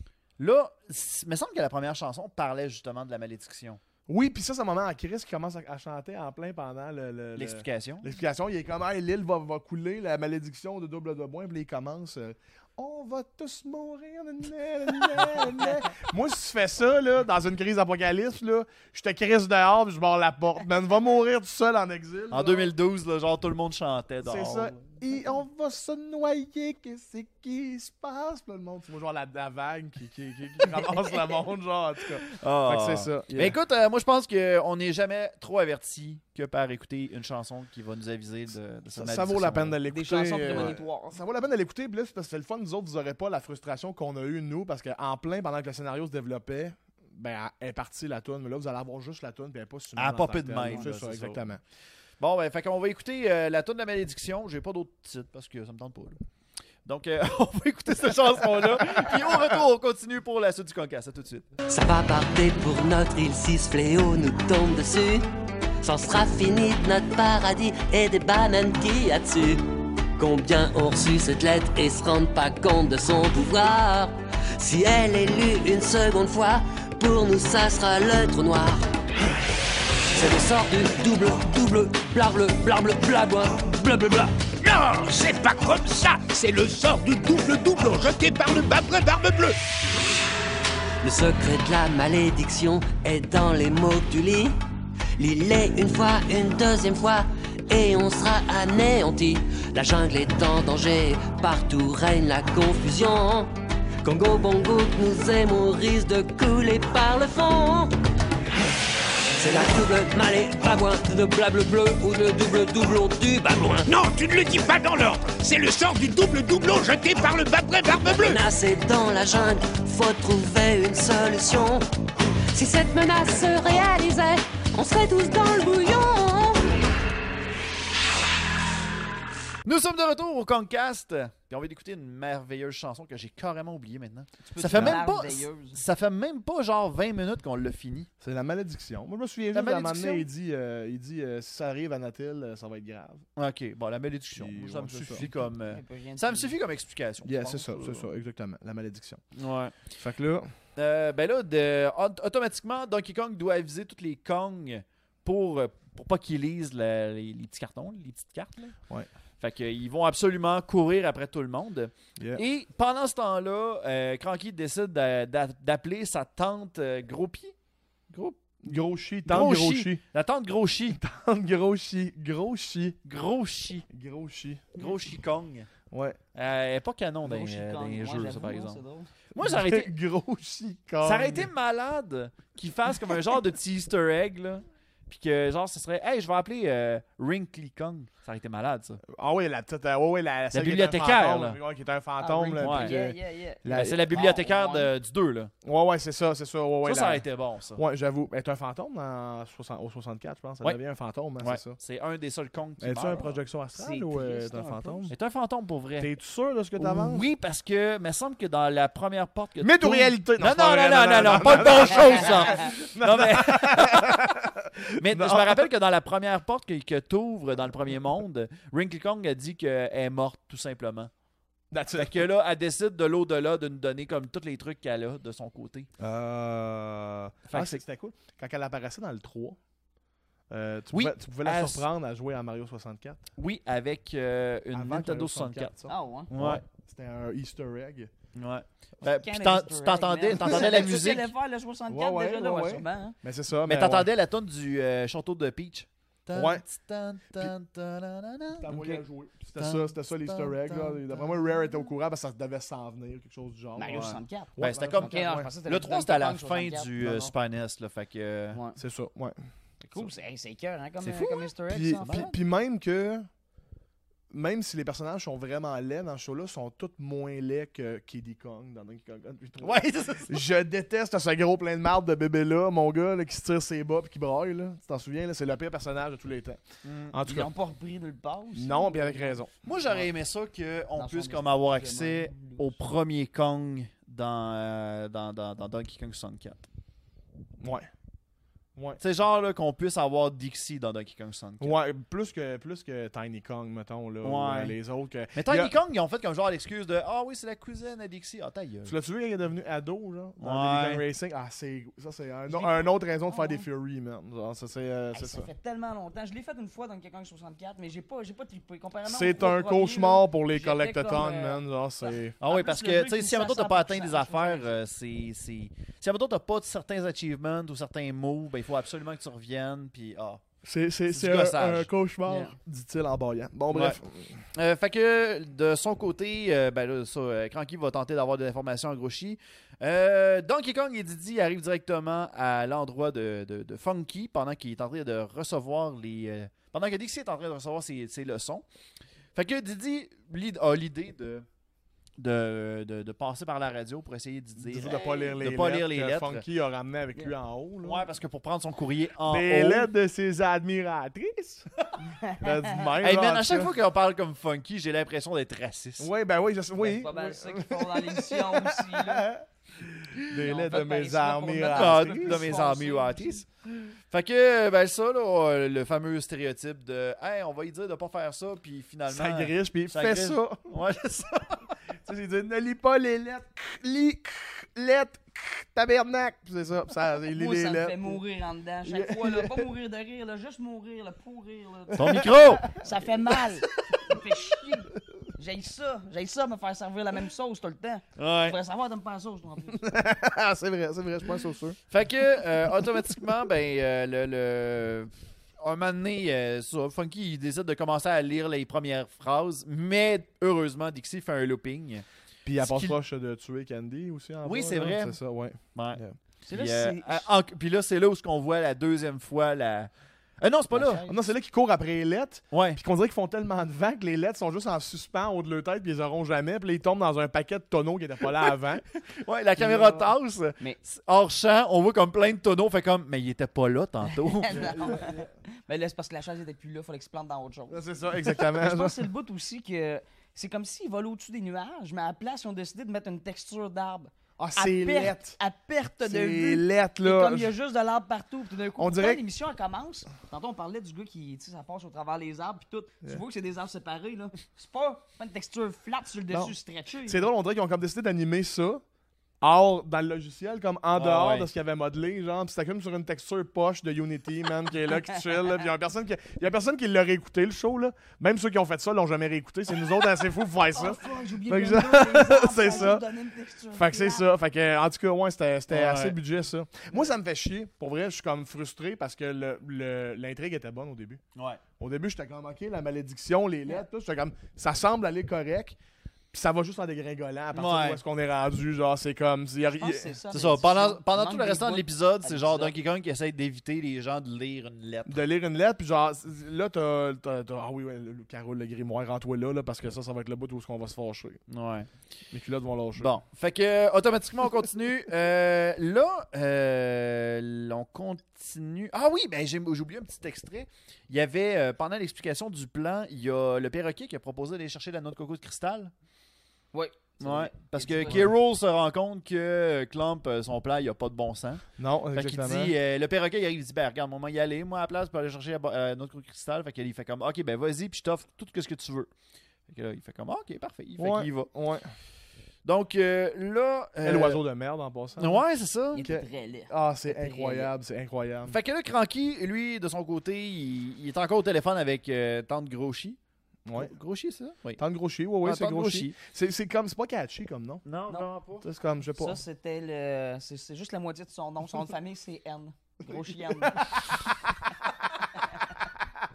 A: là, il me semble que la première chanson parlait justement de la malédiction.
B: Oui, puis ça, c'est un moment à Chris qui commence à, à chanter en plein pendant le... le- le-
A: L'explication.
B: L'explication, il est comme, hey, l'île va, va couler, la malédiction de double de bois, puis là, il commence, euh, on va tous mourir. Nan, nan, nan, nan. Moi, si tu fais ça, là, dans une crise d'apocalypse, là, je te crisse dehors, puis je barre la porte. Man, va mourir tout seul en exil.
A: En
B: là.
A: deux mille douze, là, genre tout le monde chantait dehors.
B: C'est ça. Et on va se noyer, qu'est-ce qui se passe? Puis là, le monde, tu vois, genre la, la vague qui, qui, qui, qui ramasse le monde, genre, en tout cas.
A: Ah.
B: Fait que c'est ça.
A: Mais écoute, euh, moi je pense qu'on n'est jamais trop averti que par écouter une chanson qui va nous aviser de, de
B: Ça,
A: cette
B: ça vaut la peine de
A: malédiction-là.
B: l'écouter.
C: Des chansons
B: euh,
C: prémonitoires.
B: Ça vaut la peine de l'écouter, puis là, c'est parce que c'est le fun, nous autres, vous n'aurez pas la frustration qu'on a eue, nous, parce qu'en plein, pendant que le scénario se développait, ben, elle est partie la toune, mais là, vous allez avoir juste la toune, puis elle n'est pas sur
A: Elle a popé de même,
B: C'est
A: là,
B: ça,
A: c'est
B: exactement.
A: Bon, ben, fait qu'on va écouter euh, la tune de la malédiction. J'ai pas d'autres titres parce que ça me tente pas. Là. Donc, euh, on va écouter cette chanson-là. Puis au retour, on continue pour la suite du Concast. À tout de suite.
D: Ça va partir pour notre île si ce fléau nous tombe dessus. C'en sera fini de notre paradis et des bananes qu'il y a dessus. Combien ont reçu cette lettre et se rendent pas compte de son pouvoir. Si elle est lue une seconde fois, pour nous ça sera le trou noir. C'est le sort du double, double, blable, blable, blabouin, blablabla.
E: Non, c'est pas comme ça. C'est le sort du double-double jeté par le babre barbe bleue.
D: Le secret de la malédiction est dans les mots que tu lis. Lis-les une fois, une deuxième fois, et on sera anéanti. La jungle est en danger, partout règne la confusion. Congo Bongo, nous aimons risque de couler par le fond. C'est la double malée babouin, de blable bleu ou le double doublon du babouin.
E: Non, tu ne le dis pas dans l'ordre. C'est le sort du double-doublon jeté par le babre barbe bleue.
D: Menacé dans la jungle, faut trouver une solution. Si cette menace se réalisait, on serait tous dans le bouillon.
A: Nous sommes de retour au Concast. Puis on va écouter une merveilleuse chanson que j'ai carrément oubliée maintenant.
C: peux
A: Ça
C: dire
A: fait même pas.
C: merveilleuse.
A: Ça fait même pas genre vingt minutes qu'on l'a fini.
B: C'est la malédiction. Moi, je me souviens
A: La
B: juste, à un moment
A: malédiction.
B: donné, il dit, euh, il dit euh, si ça arrive à Nathil, euh, ça va être grave.
A: Ok, bon, la malédiction.
B: Puis,
A: Moi, ça
B: ouais,
A: me
B: c'est
A: suffit
B: ça.
A: comme. euh,
C: Il peut rien
A: ça me
C: dire.
A: suffit comme explication.
B: Yeah,
A: je
B: c'est ça,
A: pense.
B: c'est ça, exactement. La malédiction.
A: Ouais.
B: Fait que là,
A: Euh, ben là, de- aut- automatiquement, Donkey Kong doit aviser toutes les Kong pour, euh, pour pas qu'ils lisent la- les, les petits cartons, les petites cartes. Là.
B: Ouais.
A: Fait qu'ils vont absolument courir après tout le monde.
B: yeah.
A: Et pendant ce temps-là, euh, Cranky décide d'a- d'a- d'appeler sa tante euh, Gros Pied. Gros,
B: Gros chi, tente
A: Gros
B: gros
A: chi.
B: chi.
A: la tante Gros Chi.
B: Tente gros chi, gros chi,
A: Gros Chi.
B: gros chi.
A: Gros Chi Kong.
B: Ouais.
A: Euh, elle est pas canon dans,
C: Gros
A: les-
C: Chi
A: dans
C: Kong.
A: les
C: Ouais,
A: jeux, ça,
C: j'avoue,
A: par
C: hein,
A: exemple.
C: c'est drôle.
A: Moi, ça aurait été,
B: Gros chi,
A: ça aurait été malade qu'il fasse comme un genre de petit Easter egg, là. Puis que, genre, ce serait, hey, je vais appeler euh, Wrinkly Kong. Ça aurait été malade, ça.
B: Ah oui, la petite. euh, ouais, ouais, la, celle qui est un
A: bibliothécaire,
B: fantôme, ouais, qui est un fantôme.
C: Ah,
B: là,
A: ouais.
B: puis que-
C: Yeah, yeah, yeah.
B: la-
A: Ben, c'est la bibliothécaire
C: Ah, ouais.
A: de- du deux, là.
B: Ouais, ouais, c'est ça, c'est ça. Ouais, ouais,
A: ça, ça
B: la-
A: aurait été bon, ça.
B: Ouais, j'avoue. Elle est un fantôme dans soixante au soixante-quatre, je pense. Ça
A: Ouais.
B: devient un fantôme, hein,
A: Ouais,
B: c'est ça.
A: c'est un des seuls Kong qui
B: Es-tu
A: meurt.
B: un projection astrale
C: C'est
B: ou euh,
C: triste,
B: un
C: un peu.
B: fantôme?
A: C'est un fantôme pour vrai.
B: T'es-tu sûr de ce que t'avances?
A: Oui, parce que, il me semble que dans la première porte que
B: Mais de
A: t'ouvres-
B: réalité.
A: Non, non,
B: c'est pas
A: non,
B: vrai,
A: non, non, non, pas de bonne chose, ça. Non, mais... mais
B: Non.
A: je me rappelle que dans la première porte que, que tu ouvres dans le premier monde, Wrinkly Kong a dit qu'elle est morte, tout simplement.
B: That's it.
A: Fait que là, elle décide de l'au-delà de nous donner comme tous les trucs qu'elle a de son côté.
B: Euh...
A: Fait
B: Ah,
A: que
B: c'est- c'était cool. Quand elle apparaissait dans le trois, euh, tu,
A: Oui,
B: pouvais, tu pouvais la
A: elle-
B: surprendre à jouer à Mario soixante-quatre.
A: Oui, avec euh, une
B: Avant que
A: Nintendo
B: Mario
A: soixante-quatre.
B: ça.
C: Ah ouais.
A: Ouais.
B: C'était un Easter egg.
A: Ouais. Ben,
C: Quand
A: puis
C: le
A: t'en-
C: Easter
A: tu
C: egg,
A: t'entendais,
C: man.
A: t'entendais la
C: Tu sais
A: musique.
C: qu'elle allait faire le soixante-quatre
B: Ouais, ouais,
C: déjà là,
B: ouais,
C: ouais,
B: ouais.
C: sûrement. hein.
B: Mais c'est ça.
A: Mais
B: ouais.
A: t'entendais la tonne du euh, château de Peach.
B: Ouais.
A: Tan, tan, tan, tan, tan, tan.
B: T'as moyen
C: Ok.
B: à jouer. Puis C'était ça, c'était ça l'easter egg. là. D'après moi, Rare était au courant parce que ça devait s'en venir, quelque chose du genre.
C: Mario
A: Ouais.
C: soixante-quatre.
A: Ben, c'était comme-
C: Ok, non, je pensais que c'était
A: Le trois, c'était à la
C: Donkey Kong
A: fin
C: soixante-quatre.
A: du
C: Non,
A: euh,
C: non.
A: Super N E S, là, fait que... euh,
B: Ouais, c'est ça, ouais.
C: C'est cool, c'est hey, c'est écœurant hein, comme,
A: C'est
C: euh,
A: fou,
C: comme easter egg.
B: Puis,
C: ça, en
B: puis,
C: fait.
B: puis même que, même si les personnages sont vraiment laids dans ce show-là, sont tous moins laids que Kiddy Kong dans Donkey Kong Country trois.
A: Ouais, c'est ça.
B: Je déteste ce gros plein de marde de bébé-là, mon gars, là, qui se tire ses bas et qui braille. Là. Tu t'en souviens, là, c'est le pire personnage de tous les temps. En tout
C: Ils
B: cas,
C: n'ont pas repris nulle part. aussi.
B: non, puis avec raison.
A: Moi, j'aurais aimé ça qu'on
C: Dans
A: puisse
C: son
A: comme avoir
C: esprit,
A: accès
C: vraiment,
A: au premier Kong dans, euh, dans, dans, dans Donkey Kong soixante-quatre.
B: Ouais. Ouais.
A: C'est genre là, qu'on puisse avoir Dixie dans Donkey Kong soixante-quatre.
B: Ouais, plus que, plus que Tiny Kong, mettons, là, ou,
A: Ouais.
B: euh, les autres. Que...
A: Mais
B: Il y a-
A: Tiny Kong, ils ont fait comme genre l'excuse de « Ah oui, c'est la cousine à Dixie. » Ah, ta gueule.
B: Tu l'as-tu vu quand il est devenu ado, genre, dans
A: Ouais.
B: Diddy Kong Racing? Ah, c'est... Ça, c'est un,
C: Je l'ai-
B: un autre raison de faire
C: Ah,
B: des
C: ouais.
B: Fury, man. Genre, ça, c'est, euh,
C: Hey,
B: c'est
C: ça
B: ça.
C: fait tellement longtemps. Je l'ai fait une fois dans Donkey Kong soixante-quatre, mais j'ai pas, j'ai pas trippé. Comparément aux
B: C'est
C: trois
B: un
C: premiers,
B: cauchemar
C: là,
B: pour les
C: j'étais
B: collectatons,
C: comme, euh,
B: man. Genre, c'est...
A: Ah
C: En
A: oui,
C: plus,
A: parce
C: le
A: que,
C: jeu
A: tu sais,
C: qui
A: si à
C: me
A: mettons
C: fait
A: t'as pas atteint
C: cent pour
A: des
C: cent,
A: affaires,
C: je faisais
A: euh, c'est... c'est- Si à mettons t'as pas certains achievements ou certains moves, ben il faut absolument que tu reviennes, puis ah.
B: C'est, c'est,
A: C'est
B: c'est
A: du
B: un,
A: gossage.
B: un cauchemar,
C: Yeah.
B: dit-il en baillant. Bon, bref.
A: Euh, fait que de son côté, euh, ben là, ça, euh, Cranky va tenter d'avoir de l'information en Groshi. Euh, Donkey Kong et Diddy arrivent directement à l'endroit de, de, de Funky pendant qu'il est en train de recevoir les. euh, pendant que Dixie est en train de recevoir ses, ses leçons. Fait que Diddy l'id- a l'idée de, de, de, de passer par la radio pour essayer de dire.
B: Dis de pas lire les
A: de pas
B: lettres
A: lire les
B: que
A: lettres.
B: Funky a ramené avec lui en haut. Là.
A: Ouais, parce que pour prendre son courrier en
B: Les
A: haut.
B: lettres de ses admiratrices. Là, du même,
A: Hey
B: là,
A: man,
B: en
A: à chaque
B: tout
A: fois qu'on parle comme Funky, j'ai l'impression d'être raciste.
B: cas. Oui, ben oui, je sais.
C: C'est
B: Oui.
C: pas mal ça qu'ils font dans l'émission aussi. Là.
B: Les
C: Ils ont
B: lettres
C: fait
B: de
C: ben
B: mes
C: ça pour mettre
A: Ah,
C: un
B: admiratrices.
C: peu
A: de
C: plus
A: mes
C: foncé
A: amis
C: aussi.
A: Wattis. Fait que, ben ça, là, euh, le fameux stéréotype de « Hey, on va lui dire de pas faire ça, puis finalement... »
B: Ça griche, puis
A: Ça
B: fais
A: griche.
B: ça.
A: Ouais, c'est ça.
B: Tu sais, c'est dit, ne lis pas les lettres. Lis lettres. Tabernacle. Puis c'est ça. ça il lit
C: Moi,
B: les
C: ça me
B: lettres.
C: fait mourir en dedans. Chaque fois, là, pas mourir de rire, là, juste mourir, là, pour rire. Là.
A: Ton micro!
C: Ça fait mal. Ça me fait chier. J'aille ça. J'aille ça, me faire servir la même sauce tout le temps. Je
A: Ouais.
C: voudrais savoir de me faire la sauce, toi, en plus.
B: Ah, c'est vrai, c'est vrai, je suis pas sûr.
A: Fait que, euh, automatiquement, ben, euh, le... le... Un moment donné, euh, ça, Funky, il décide de commencer à lire les premières phrases, mais heureusement, Dixie fait un looping.
B: Puis elle
A: Ce
B: passe
A: qu'il-
B: proche de tuer Candy aussi en
A: Oui,
B: bas,
A: c'est
B: là.
A: vrai.
B: C'est ça, ouais.
A: Ouais.
B: Yeah.
C: C'est là,
A: Puis, euh,
C: c'est.
A: euh, en- puis là, c'est là où on voit la deuxième fois la... Euh, non, c'est pas
C: La
A: là.
C: chaise.
B: Ah non, c'est là qu'ils courent après les lettres,
A: Ouais.
B: puis qu'on dirait qu'ils font tellement de vent que les lettres sont juste en suspens au de leur tête, puis ils les auront jamais, puis là, ils tombent dans un paquet de tonneaux qui n'étaient pas là avant.
A: Ouais, la caméra tasse.
C: Mais-
A: Hors champ, on voit comme plein de tonneaux. Fait comme, mais il était pas là tantôt.
C: Non. Mais là, c'est parce que la chaise était plus là, il fallait qu'il se plante dans autre chose.
B: c'est ça, exactement.
C: Je pense que c'est le bout aussi que c'est comme s'ils volent au-dessus des nuages, mais à la place, ils ont décidé de mettre une texture d'arbre.
B: Ah,
C: À
B: c'est
C: perte,
B: lettres.
C: à perte de
B: C'est
C: vue.
B: lettres,
C: Et
B: là.
C: comme il y a juste de l'arbre partout, puis tout d'un coup,
B: On
C: quand
B: dirait que-
C: l'émission elle commence, tantôt on parlait du gars qui, tu sais, ça passe au travers les arbres puis tout. Tu vois que c'est des arbres séparés là. C'est pas, pas une texture flat sur le
B: Non.
C: dessus stretché.
B: C'est drôle, on dirait qu'ils ont comme décidé d'animer ça. Or, dans le logiciel, comme en dehors
A: ouais.
B: de ce qu'ils avaient modelé, genre, pis c'était comme sur une texture poche de Unity, man, qui est là, qui chill, là, pis il y a personne qui, il y a personne qui l'a réécouté, le show, là. Même ceux qui ont fait ça l'ont jamais réécouté, c'est nous autres assez fous pour faire ça.
C: Oh, fuck, j'ai oublié
B: Fait
C: de
B: que
C: le
B: ça-
C: mettre, les arbres,
B: c'est
C: ça
B: ça.
C: a donné une texture
B: Fait que c'est
C: flat.
B: ça, fait que, en tout cas, ouais, c'était, c'était
A: Ouais.
B: assez budget, ça. Moi, ça me fait chier, pour vrai, je suis comme frustré parce que le, le- l'intrigue était bonne au début.
A: Ouais.
B: Au début, j'étais comme, ok, la malédiction, les lettres, tout, j'étais comme, ça semble aller correct. Puis ça va juste en dégringolant à partir
A: Ouais.
B: d'où est-ce qu'on est rendu. Genre, c'est comme. il y a-
C: Je pense que c'est ça.
A: C'est
C: la
A: ça. Pendant,
C: malédiction.
A: pendant
C: Il
A: tout le
C: manque
A: restant
C: des
A: de
C: bouts
A: l'épisode,
C: à
A: c'est genre
C: l'épisode.
A: Donkey Kong qui essaie d'éviter les gens de lire une lettre.
B: de lire une lettre, puis genre, là, t'as. t'as- t'as- ah oui, ouais, le, le Carole, le grimoire, rends-toi là, là, parce que ça, ça va être le bout où est-ce qu'on va se fâcher.
A: Ouais.
B: Les culottes vont lâcher.
A: Bon. Fait que, euh, automatiquement, on continue. Euh, là, euh, on continue. Ah oui, ben j'ai, j'ai oublié un petit extrait. Il y avait, euh, pendant l'explication du plan, il y a le perroquet qui a proposé d'aller chercher la noix de coco de cristal.
C: Oui. c'est
A: Ouais.
C: vrai.
A: Parce
C: Il
A: que
C: dit pas-
A: K-Rool se rend compte que euh, Clump, euh, son plan, il a pas de bon sens.
B: Non,
A: Fait qu'il
B: exactement.
A: dit, euh, le perroquet, il arrive, il dit, ben regarde, moi, y aller, moi, à la place, pour aller chercher euh, notre coco de cristal. Fait qu'il fait comme, ok, ben vas-y, puis je t'offre tout ce que tu veux. Fait que là, il fait comme, ok, parfait. Il fait
B: Ouais.
A: qu'il y va.
B: Ouais.
A: Donc euh, là. euh,
B: Et l'oiseau de merde en passant.
A: Ouais, c'est ça.
C: Il était
B: Ok.
C: très laid.
B: Ah, c'est
C: Très
B: incroyable, c'est incroyable.
A: Fait que là, Cranky, lui, de son côté, il, il est encore au téléphone avec euh, Tante Groshi.
B: Ouais.
A: Groshi, c'est ça? Oui.
B: Tante Groshi, ouais, ouais,
A: Ah,
B: c'est
A: Tante
B: Groshi. C'est, c'est comme, c'est pas catchy comme nom.
A: Non,
C: Non.
A: vraiment pas.
B: C'est comme, je sais pas.
C: Ça, c'était le. C'est c'est juste la moitié de son nom. Son nom de famille, c'est N. Gros chien.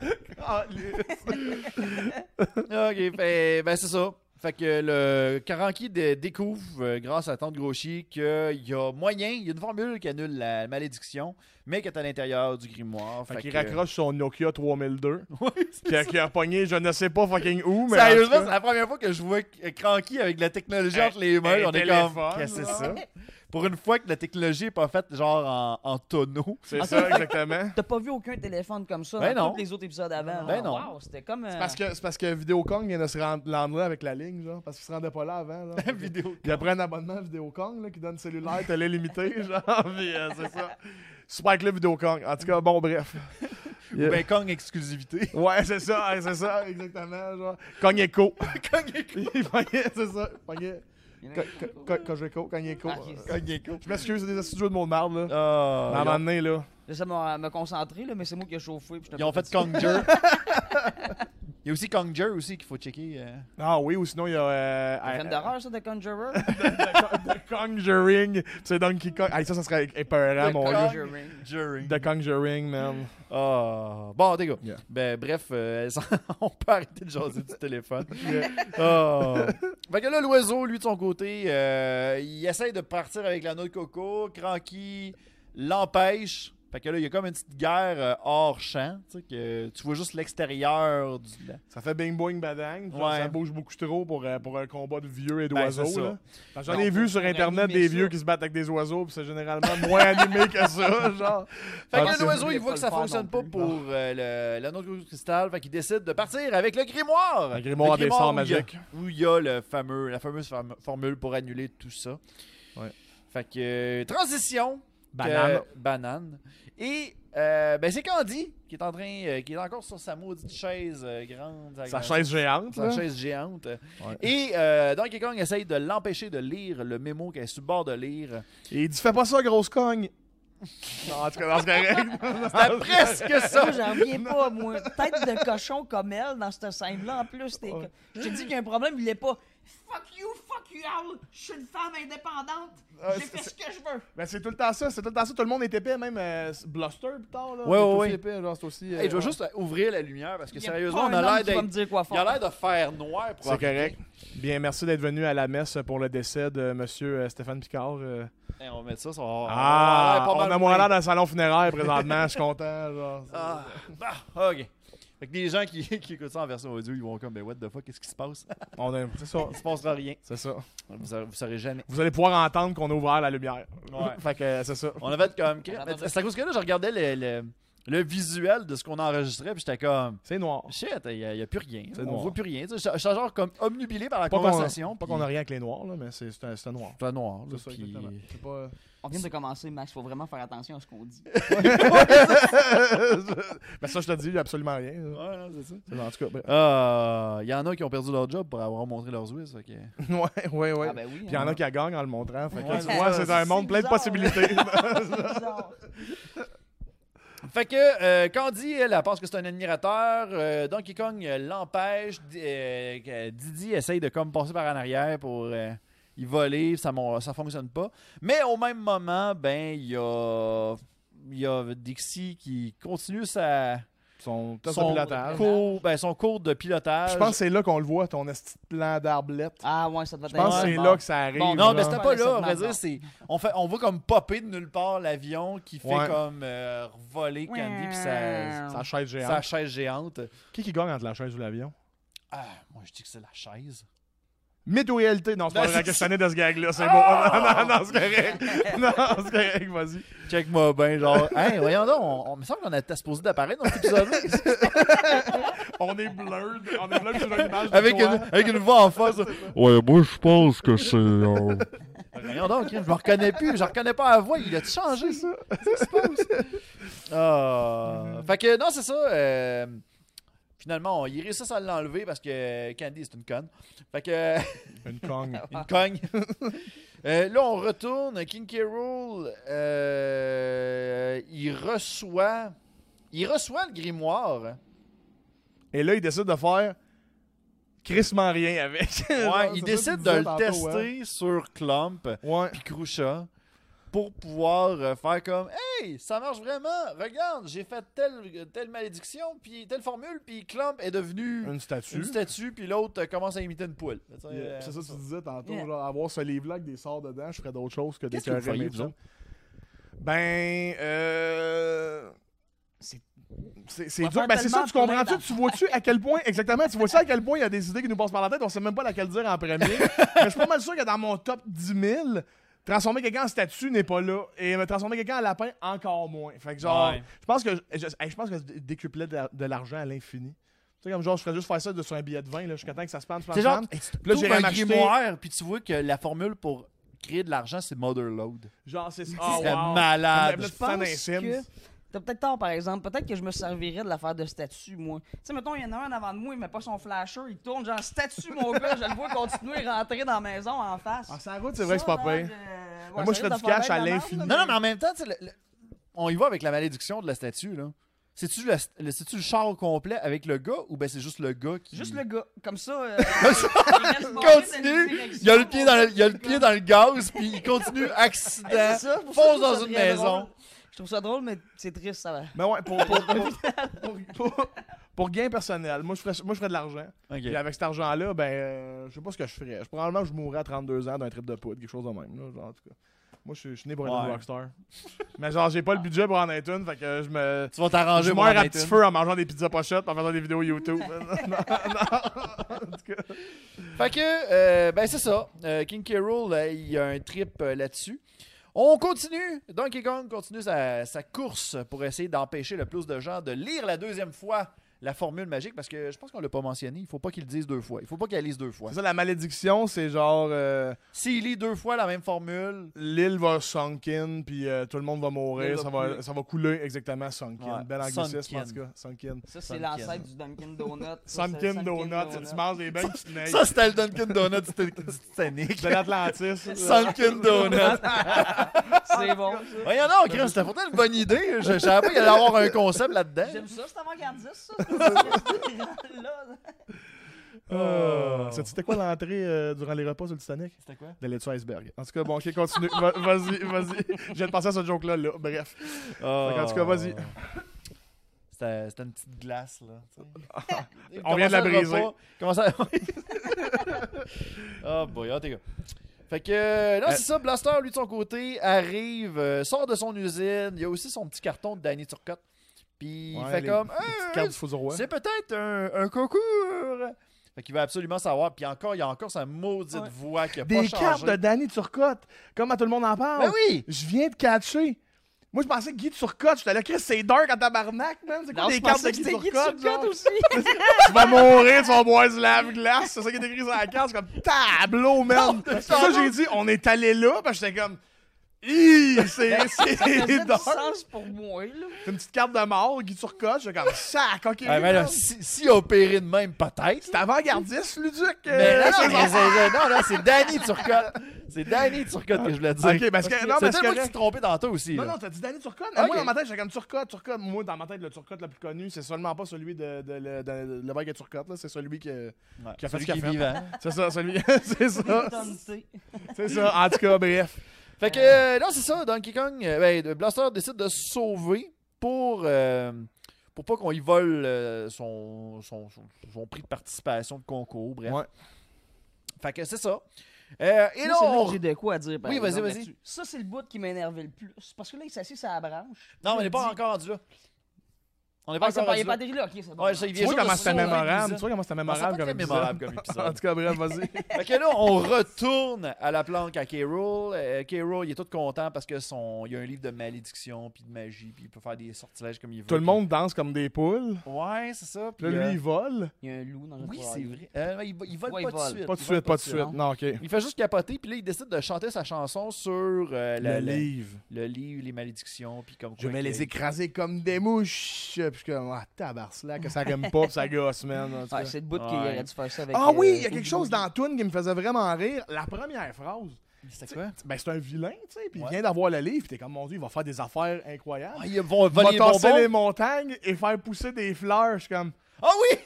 A: OK, fait, ben c'est ça. Fait que le Karanki dé- découvre, euh, grâce à Tante Gauchier, qu'il y a moyen, il y a une formule qui annule la malédiction, mais qui est à l'intérieur du grimoire.
B: Fait,
A: Fait
B: qu'il
A: que-
B: raccroche son Nokia trois mille deux.
A: Oui, c'est
B: Qui a, qui a pogné, je ne sais pas fucking où, mais.
A: Sérieusement,
B: en
A: c'est
B: tout
A: la première fois que je vois Cranky avec la technologie
B: Un-
A: entre les mains.
B: un
A: On est
B: téléphone,
A: comme, qu'est-ce que c'est
B: là.
A: ça? Pour une fois que la technologie n'est pas faite genre en, en tonneau.
B: C'est
C: Ok.
B: ça, exactement.
C: T'as pas vu aucun téléphone comme ça
A: Ben
C: dans
A: non.
C: tous les autres épisodes avant.
A: Ben
C: là.
A: non.
C: Wow, c'était comme. euh,
B: C'est parce que, c'est parce que Vidéocon vient de se rendre rendre là avec la ligne, genre, parce qu'il se rendait pas là avant. Là.
A: Vidéo.
B: Il a pris un abonnement à Vidéocon là, qui donne cellulaire, télé limité, genre, puis euh, c'est ça. Super Club Vidéocon. En tout cas, bon, bref.
A: Ou ben Kong exclusivité.
B: Ouais, c'est ça, ouais, c'est ça, exactement. Genre. Cogneco.
A: Kong
B: Il pognait, c'est ça. Il pognait.
C: il y en a
B: Co-
C: qui-
B: co- co- Cogeco, Cogneco.
C: Ah, ok.
B: Cogneco. Je m'excuse, c'est des astuces de jeu de mots de marde, là.
A: Ah,
B: À un moment donné, là.
C: J'essaie de me me concentrer, là, mais c'est moi qui ai chauffé. puis je
A: ils ont fait
C: t'ai pas dit.
A: Conger. Il y a aussi Conger aussi qu'il faut checker. euh.
B: Ah oui, ou sinon, il y a. Euh,
C: Un film
B: euh,
C: d'horreur, ça, de Conjurer?
B: The Conjuring. C'est Donkey Kong. Ah, ça, ça serait épeurant,
A: The
B: mon gars.
C: Conjuring.
A: Juring.
B: The Conjuring, man.
A: Ah. Bon, les gars.
B: Yeah.
A: Ben, bref, euh, on peut arrêter de jaser du téléphone. Ah. Fait que là, l'oiseau, lui, de son côté, euh, il essaye de partir avec la noix de coco. Cranky l'empêche. Fait que là, il y a comme une petite guerre euh, hors champ. Tu sais, que tu vois juste l'extérieur du.
B: Ça fait bing boing badang. Genre,
A: Ouais.
B: Ça bouge beaucoup trop pour, euh, pour un combat de vieux et
A: Ben, c'est
B: d'oiseaux.
A: ça.
B: là. Parce que J'en
C: Non,
B: ai vu
C: pour-
B: sur
C: pour
B: internet
C: animer
B: des
C: ça.
B: vieux qui se battent avec des oiseaux, puis c'est généralement moins animé que ça. Genre.
A: Fait que
B: Ah,
A: là,
B: c'est-
A: l'oiseau,
C: il
A: il
C: voulait
A: voit
C: pas
A: que ça
C: le faire
A: fonctionne
C: non
A: pas
C: plus.
A: pour euh, le, l'anneau de cristal. Fait qu'il décide de partir avec le grimoire.
B: Un grimoire
A: Le
B: des sorts
A: où il y a-
B: magiques.
A: Où il y a le fameux, la fameuse fam- formule pour annuler tout ça.
B: Ouais.
A: Fait que, euh, transition.
B: Banane.
A: que- banane. Et, euh, ben, c'est Candy qui est en train, euh, qui est encore sur sa maudite chaise euh, grande.
B: Sa chaise géante.
A: Sa
B: là.
A: chaise géante.
B: Ouais.
A: Et euh, Donkey Kong essaye de l'empêcher de lire le mémo qu'elle est sur le bord de lire.
B: Et il dit fais pas ça, grosse cogne. Non, en tout cas, dans ce correct.
A: C'était presque ça.
C: Moi, j'en reviens pas, moi. Tête de cochon comme elle dans cette scène-là. En plus, t'es-
B: Ouais.
C: je te dis qu'il y a un problème, il est pas. Fuck you, fuck you all. Je suis une femme indépendante.
B: Ouais,
C: J'ai
B: c'est-
C: fait ce que je veux.
B: Ben, c'est tout le temps ça, c'est tout le temps ça. Tout le monde est épais, même euh, Bluster plus tard. Là,
A: Ouais,
B: Il est
A: ouais,
B: aussi
A: ouais.
B: épais, genre, c'est aussi. euh,
A: Hey, je vais
B: ouais.
A: juste ouvrir la lumière parce que
C: Il y a
A: sérieusement,
C: pas
A: on a
C: un homme
A: l'air
C: qui va
A: d'être.
C: me dire quoi
A: Il a
C: faire.
A: l'air de faire noir pour
B: C'est
A: rien.
B: correct. Bien, merci d'être venu à la messe pour le décès de monsieur euh, Stéphane Picard. euh.
A: Hey, on va mettre ça, ça va avoir-
B: Ah,
A: on va avoir l'air pas
B: on
A: mal
B: a moins
A: moins.
B: l'air dans le salon funéraire présentement, je suis content. Genre.
A: Ah, bah, ok. Fait que les gens qui, qui écoutent ça en version audio, ils vont comme, ben what the fuck, qu'est-ce qui se passe?
B: On a- c'est ça.
A: Il se passera rien.
B: C'est ça.
A: Vous, saurez- vous saurez jamais.
B: Vous allez pouvoir entendre qu'on a ouvert la lumière.
A: Ouais.
B: Fait que euh, c'est ça.
A: On a fait comme.
C: J'entends ça.
A: C'est à cause que là, je regardais le, le, le visuel de ce qu'on enregistrait, puis j'étais comme,
B: C'est noir.
A: shit, il n'y a, y a plus rien.
B: C'est
A: On
B: noir.
A: voit plus rien. Tu sais, Je je suis genre comme omnubilé par la
B: Pas qu'on
A: conversation.
B: pas
A: puis-
B: qu'on a rien avec les noirs, là, mais c'est c'est un, c'est un noir.
A: C'est noir. là,
B: C'est ça,
A: puis-
B: exactement. C'est pas...
C: On vient de commencer, Max. Faut vraiment faire attention à ce qu'on dit.
B: Mais ça, je te dis, il y a absolument rien. là.
A: Ouais, non, c'est ça.
B: C'est- En tout cas, ben-
A: Ah, il y en a qui ont perdu leur job pour avoir montré leurs whiz. Fait que...
B: ouais, ouais, ouais.
C: Ah, ben oui.
B: Puis il y en a qui la gagnent en le montrant. Fait que,
A: Ouais,
B: tu
A: c'est
B: vois,
A: ça.
B: c'est un monde
C: C'est
B: plein de
C: bizarre.
B: possibilités.
C: C'est bizarre.
A: Fait que euh, Candy, elle, elle pense que c'est un admirateur. Euh, Donkey Kong euh, l'empêche. Di- euh, que Didi essaye de comme passer par en arrière pour euh, y voler. Ça, mon- ça fonctionne pas. Mais au même moment, ben, il y a, il y a Dixie qui continue sa,
B: Son test
A: son,
B: de pilotage.
A: cours, ben, son cours de pilotage.
B: Je pense que c'est là qu'on le voit, ton esti de plan d'arblette.
C: Ah, ouais, ça doit être
B: Je pense que c'est là que ça arrive.
C: Bon,
A: Non,
B: genre.
A: mais c'était
C: genre.
A: pas là,
C: Pas
A: on va dire,
C: nécessairement.
A: c'est on fait on voit comme popper de nulle part l'avion qui fait
B: Ouais.
A: comme euh, voler Candy puis sa,
B: Sa chaise géante.
A: sa chaise géante.
B: Qui qui gagne entre la chaise ou l'avion?
A: Ah, moi je dis que c'est la chaise.
B: Mythe ou réalité? Non, c'est pas
A: Ben,
B: vrai
A: c'est
B: que je
A: ça.
B: tenais de ce gag-là, c'est bon. Non, non, non, c'est correct. Non, c'est correct, vas-y.
A: Check-moi bien, genre, hey, voyons donc, on, on me semble qu'on était supposé d'apparaître dans cet épisode-là.
B: On est blurred, on est blurred sur une image de
A: avec,
B: toi.
A: une, avec une voix en face.
F: Ouais, moi je pense que c'est. euh,
A: Voyons donc, je me reconnais plus, je reconnais pas la voix, il a-tu changé ça? Qu'est-ce qui se passe? Ah. Fait que non, c'est ça. euh, finalement, ils réussissent à l'enlever parce que Candy, c'est une conne. Fait que.
B: Une cogne.
A: Une cogne. Euh, là, on retourne. King K. Rool, euh, il reçoit. Il reçoit le grimoire.
B: Et là, il décide de faire crissement rien avec.
A: Ouais, il décide de le tester sur Clump
B: Ouais.
A: puis Krusha pour pouvoir euh, faire comme hey, ça marche vraiment. Regarde, j'ai fait telle, telle malédiction, puis telle formule, puis Clump est devenu
B: Une statue.
A: une statue, puis l'autre euh, commence à imiter une poule.
B: Yeah.
A: Euh,
B: C'est ça que tu disais tantôt,
C: Yeah.
B: genre avoir ce livre-là avec des sorts dedans, je ferais d'autres choses que des
A: Qu'est-ce que vous feriez,
B: mes
A: vous
B: chums.
A: autres?
B: Ben, euh... C'est c'est- c'est
C: On va
B: dur.
C: faire
B: Ben, c'est ça,
C: tellement
B: tu comprends-tu?
C: plein
B: Tu vois-tu à quel point, exactement, tu vois-tu à quel point il y a des idées qui nous passent par la tête, on sait même pas laquelle dire en premier. Mais je suis pas mal sûr que dans mon top dix mille, transformer quelqu'un en statue n'est pas là. Et me transformer quelqu'un en lapin, encore moins. Fait que genre,
A: Ouais.
B: je pense que je, je, je pense que je décuplais de, la- de l'argent à l'infini. Tu sais, comme genre, je ferais juste faire ça de sur un billet de vin, là, jusqu'à temps que ça se pende,
A: C'est genre,
B: Puis
A: tu
B: là,
A: ouvres
B: j'irais
A: un
B: m'acheter-
A: grimoire, puis tu vois que la formule pour créer de l'argent, c'est Motherload.
B: Genre, c'est ça.
A: Ce serait
B: wow.
A: malade.
B: Là,
C: Je
B: tu te sens dans les
C: pense
B: Sims.
C: que t'as peut-être tort, par exemple. Peut-être que je me servirais de l'affaire de statue, moi. Tu sais, mettons, il y en a un avant de moi, il met pas son flasher, il tourne, genre, statue, mon gars, je le vois continuer à rentrer dans la maison en face.
B: Ah, ça route, c'est vrai que c'est pas
C: Ça,
B: pire.
C: genre, euh,
B: moi,
C: ouais,
B: je
C: ça
B: ferais
C: risque
B: du
C: de
B: cash
C: faire
B: à
C: bien de la
B: l'infini.
C: merde,
A: Non,
C: là,
A: non, mais en même temps, tu sais, le- le- on y va avec la malédiction de la statue, là. C'est-tu le, le- c'est-tu le char complet avec le gars ou ben c'est juste le gars qui.
C: Juste le gars, comme ça. Euh,
A: Continue! Il a le pied dans le, il a le, pied dans le gaz, puis il continue accident.
C: C'est ça, pour ça,
A: fonce
C: je trouve
A: dans
C: ça
A: une
C: très
A: maison.
C: drôle. Je trouve ça drôle, mais c'est triste, ça va.
B: Mais ouais, pour, pour, pour, pour, pour- pour gain personnel, moi je ferais, moi, je ferais de l'argent.
A: Ok.
B: Puis avec cet argent-là, ben, euh, je sais pas ce que je ferais. Je- Probablement, je mourrais à trente-deux ans d'un trip de poudre, quelque chose de même. Là, genre, en tout cas. Moi, je suis- je suis né pour être un
A: Ouais.
B: rockstar. Mais genre, j'ai pas le budget pour en être une, fait que je me.
A: Tu vas
B: Je
A: t'arranger pour
B: meurs
A: en
B: à
A: être
B: petit
A: une.
B: feu en mangeant des pizzas pochettes en faisant des vidéos YouTube. non, non, en tout cas.
A: Fait que, euh, ben c'est ça. Euh, King K. Rool, euh, il y a un trip euh, là-dessus. On continue. Donkey Kong continue sa, sa course pour essayer d'empêcher le plus de gens de lire la deuxième fois la formule magique parce que je pense qu'on l'a pas mentionné. Il faut pas qu'il le dise deux fois. Il faut pas qu'il la lise deux fois.
B: C'est ça, la malédiction, c'est genre. euh,
A: S'il lit deux fois la même formule,
B: L'île va sunken, puis euh, tout le monde va mourir.
A: L'île
B: Ça
A: va
B: va,
A: couler.
B: ça va couler exactement, sunken.
A: Ouais,
B: Bel anglicisme, en
A: sunken.
B: tout cas. Sunken.
C: Ça, c'est
A: Sunken.
C: l'ancêtre du Dunkin' Donut. Ça, c'est le
B: Sunken Donut, tu manges des beignes qui te
A: ça c'était le Dunkin' Donut du du Titanic.
B: De l'Atlantis.
A: Sunken Donut.
C: C'est bon, ça.
A: Voyons non, Chris, c'était pourtant une bonne idée. Je, je savais pas qu'il allait avoir un concept là-dedans.
C: J'aime ça, c'est avant-gardiste, ça. Là,
B: Oh. C'était quoi l'entrée euh, durant les repas sur le Titanic?
A: C'était quoi?
B: De laitue iceberg. En tout cas, bon, ok, continue. Va- vas-y, vas-y. Je viens de penser à ce joke-là, là. Bref. En tout cas, vas-y.
A: C'était c'était une petite glace, là. tu sais.
B: On vient de la
A: Commençait le
B: briser.
A: repas, commençait- Oh boy, oh, t'es gars. Fait que, euh, non, c'est ça, Blaster, lui, de son côté, arrive, euh, sort de son usine. Il y a aussi son petit carton de Danny Turcotte. Puis il
B: Ouais,
A: fait
B: les-
A: comme,
B: les petites
A: Hey,
B: cartes du faux roi.
A: c'est peut-être un, un concours. Fait qu'il veut absolument savoir. Puis encore, il y a encore sa maudite
C: Ouais.
A: voix qui a pas
B: Des
A: changé.
B: cartes de Danny Turcotte. Comment tout le monde en parle.
A: Ben oui!
B: Je viens de catcher. Moi, je pensais que Guy Turcotte, j'étais là, Chris, c'est dark en tabarnak, man. C'est quoi
C: non,
B: des
C: je
B: cartes de
C: pensais que
B: Guy
C: c'était Guy
B: Turcotte,
C: Turcotte
B: genre?
C: aussi.
B: Tu vas mourir, tu vas boire du lave-glace. C'est ça qui est écrit sur la carte. C'est comme tableau, man. C'est ça que j'ai dit, on est allé là, parce que j'étais comme. Hi, c'est
C: Ça faisait
B: c'est
C: du
B: dark.
C: sens pour moi, là.
B: C'est une petite carte de mort, Guy Turcotte. J'étais comme sac, ok.
A: Ah, ben là,
B: man.
A: si, si opéré de même, peut-être.
B: C'est avant-gardiste, Luduc.
A: Mais
B: euh,
A: là,
B: c'est
A: non,
B: ça.
A: mais c'est- non, non, c'est Danny Turcotte. C'est Danny Turcotte que je voulais dire.
B: Ok, parce que. Non, mais
A: C'est
B: c'est
A: toi qui t'es
B: correct.
A: trompé tantôt aussi.
B: Non,
A: là.
B: non, t'as dit Danny Turcotte.
A: Ok.
B: Moi, dans ma tête, j'étais comme Turcotte, Turcotte. Moi, dans ma tête, le Turcotte le plus connu, c'est seulement pas celui de, de, de, de, de l'évêque de Turcotte, là. C'est celui qui,
A: Ouais,
B: qui a fait
A: celui
B: ce qu'il a
A: qui est
B: fait.
A: vivant.
B: C'est ça, celui. c'est ça.
C: Étonnité.
B: C'est ça. En tout cas, bref.
A: Fait que, euh, non, c'est ça, Donkey Kong, euh, ben, Blaster décide de se sauver pour, euh, pour pas qu'on y vole euh, son, son, son, son prix de participation de concours, bref.
B: Ouais.
A: Fait que c'est ça. Euh, et
C: Moi,
A: là,
C: c'est là
A: on...
C: que j'ai de quoi à dire. par
A: Oui, vas-y,
C: exemple,
A: vas-y.
C: là-dessus. Ça, c'est le bout qui m'a énervé le plus. Parce que là, il s'assied sur la branche.
A: Non, mais on
C: Il
A: n'est pas
C: dit-
A: encore rendu là. On n'est pas
C: Ah, ça
A: encore
C: il est
A: rendu
C: pas
A: là.
C: adhéré là. Ok, c'est bon.
A: Ouais, ça, il
B: Tu
A: vient
B: vois
A: juste de
B: comment
A: se
B: c'était
A: sauver
B: mémorable.
A: l'épisode.
B: Tu vois comment c'était
A: Ah, ça
B: mémorable
A: va
B: comme
A: être
B: épisode.
A: mémorable comme
B: En
A: épisode.
B: tout cas, bref, vas-y.
A: Fait que là, on retourne à la planque à K. Rool. Euh, K. Rool, il est tout content parce que son... il y a un livre de malédiction puis de magie puis il peut faire des sortilèges comme il veut.
B: Tout le monde danse comme des poules.
A: Ouais, c'est ça.
B: Puis
A: Puis,
B: là,
A: euh,
B: lui, il vole.
C: Il y a un loup dans le
A: Oui,
C: poêle.
A: c'est vrai. Euh, il, il vole
C: Ouais,
A: pas
C: il
A: tout de
C: vole.
A: suite.
B: Pas de
A: Il
B: suite,
A: vole
B: pas de suite.
C: non.
B: Non, OK.
A: Il fait juste capoter, puis là, il décide de chanter sa chanson sur euh, la-
B: Le
A: la-
B: livre.
A: le livre, les malédictions, puis comme
B: Je
A: quoi
B: vais
A: que-
B: les écraser comme des mouches. Puis je suis comme, ah, tabarcelac, que ça rime pas, pis ça gosse, man. En tout
C: Ouais,
B: cas.
C: c'est le bout
A: Ouais.
C: qu'il aurait dû faire ça avec.
B: Ah
C: euh,
B: oui, il y a quelque
C: Oogie
B: chose
C: Boogie.
B: dans la toune qui me faisait vraiment rire. La première phrase.
A: C'était quoi?
B: Ben, c'est un vilain, tu sais, puis il
A: Ouais.
B: vient d'avoir le livre, puis t'es comme, mon Dieu, il va faire des affaires incroyables.
A: Ah, ils vont
B: Il va
A: voler les
B: tasser
A: bonbons.
B: les montagnes et faire pousser des fleurs. Je suis comme,
A: Ah oui!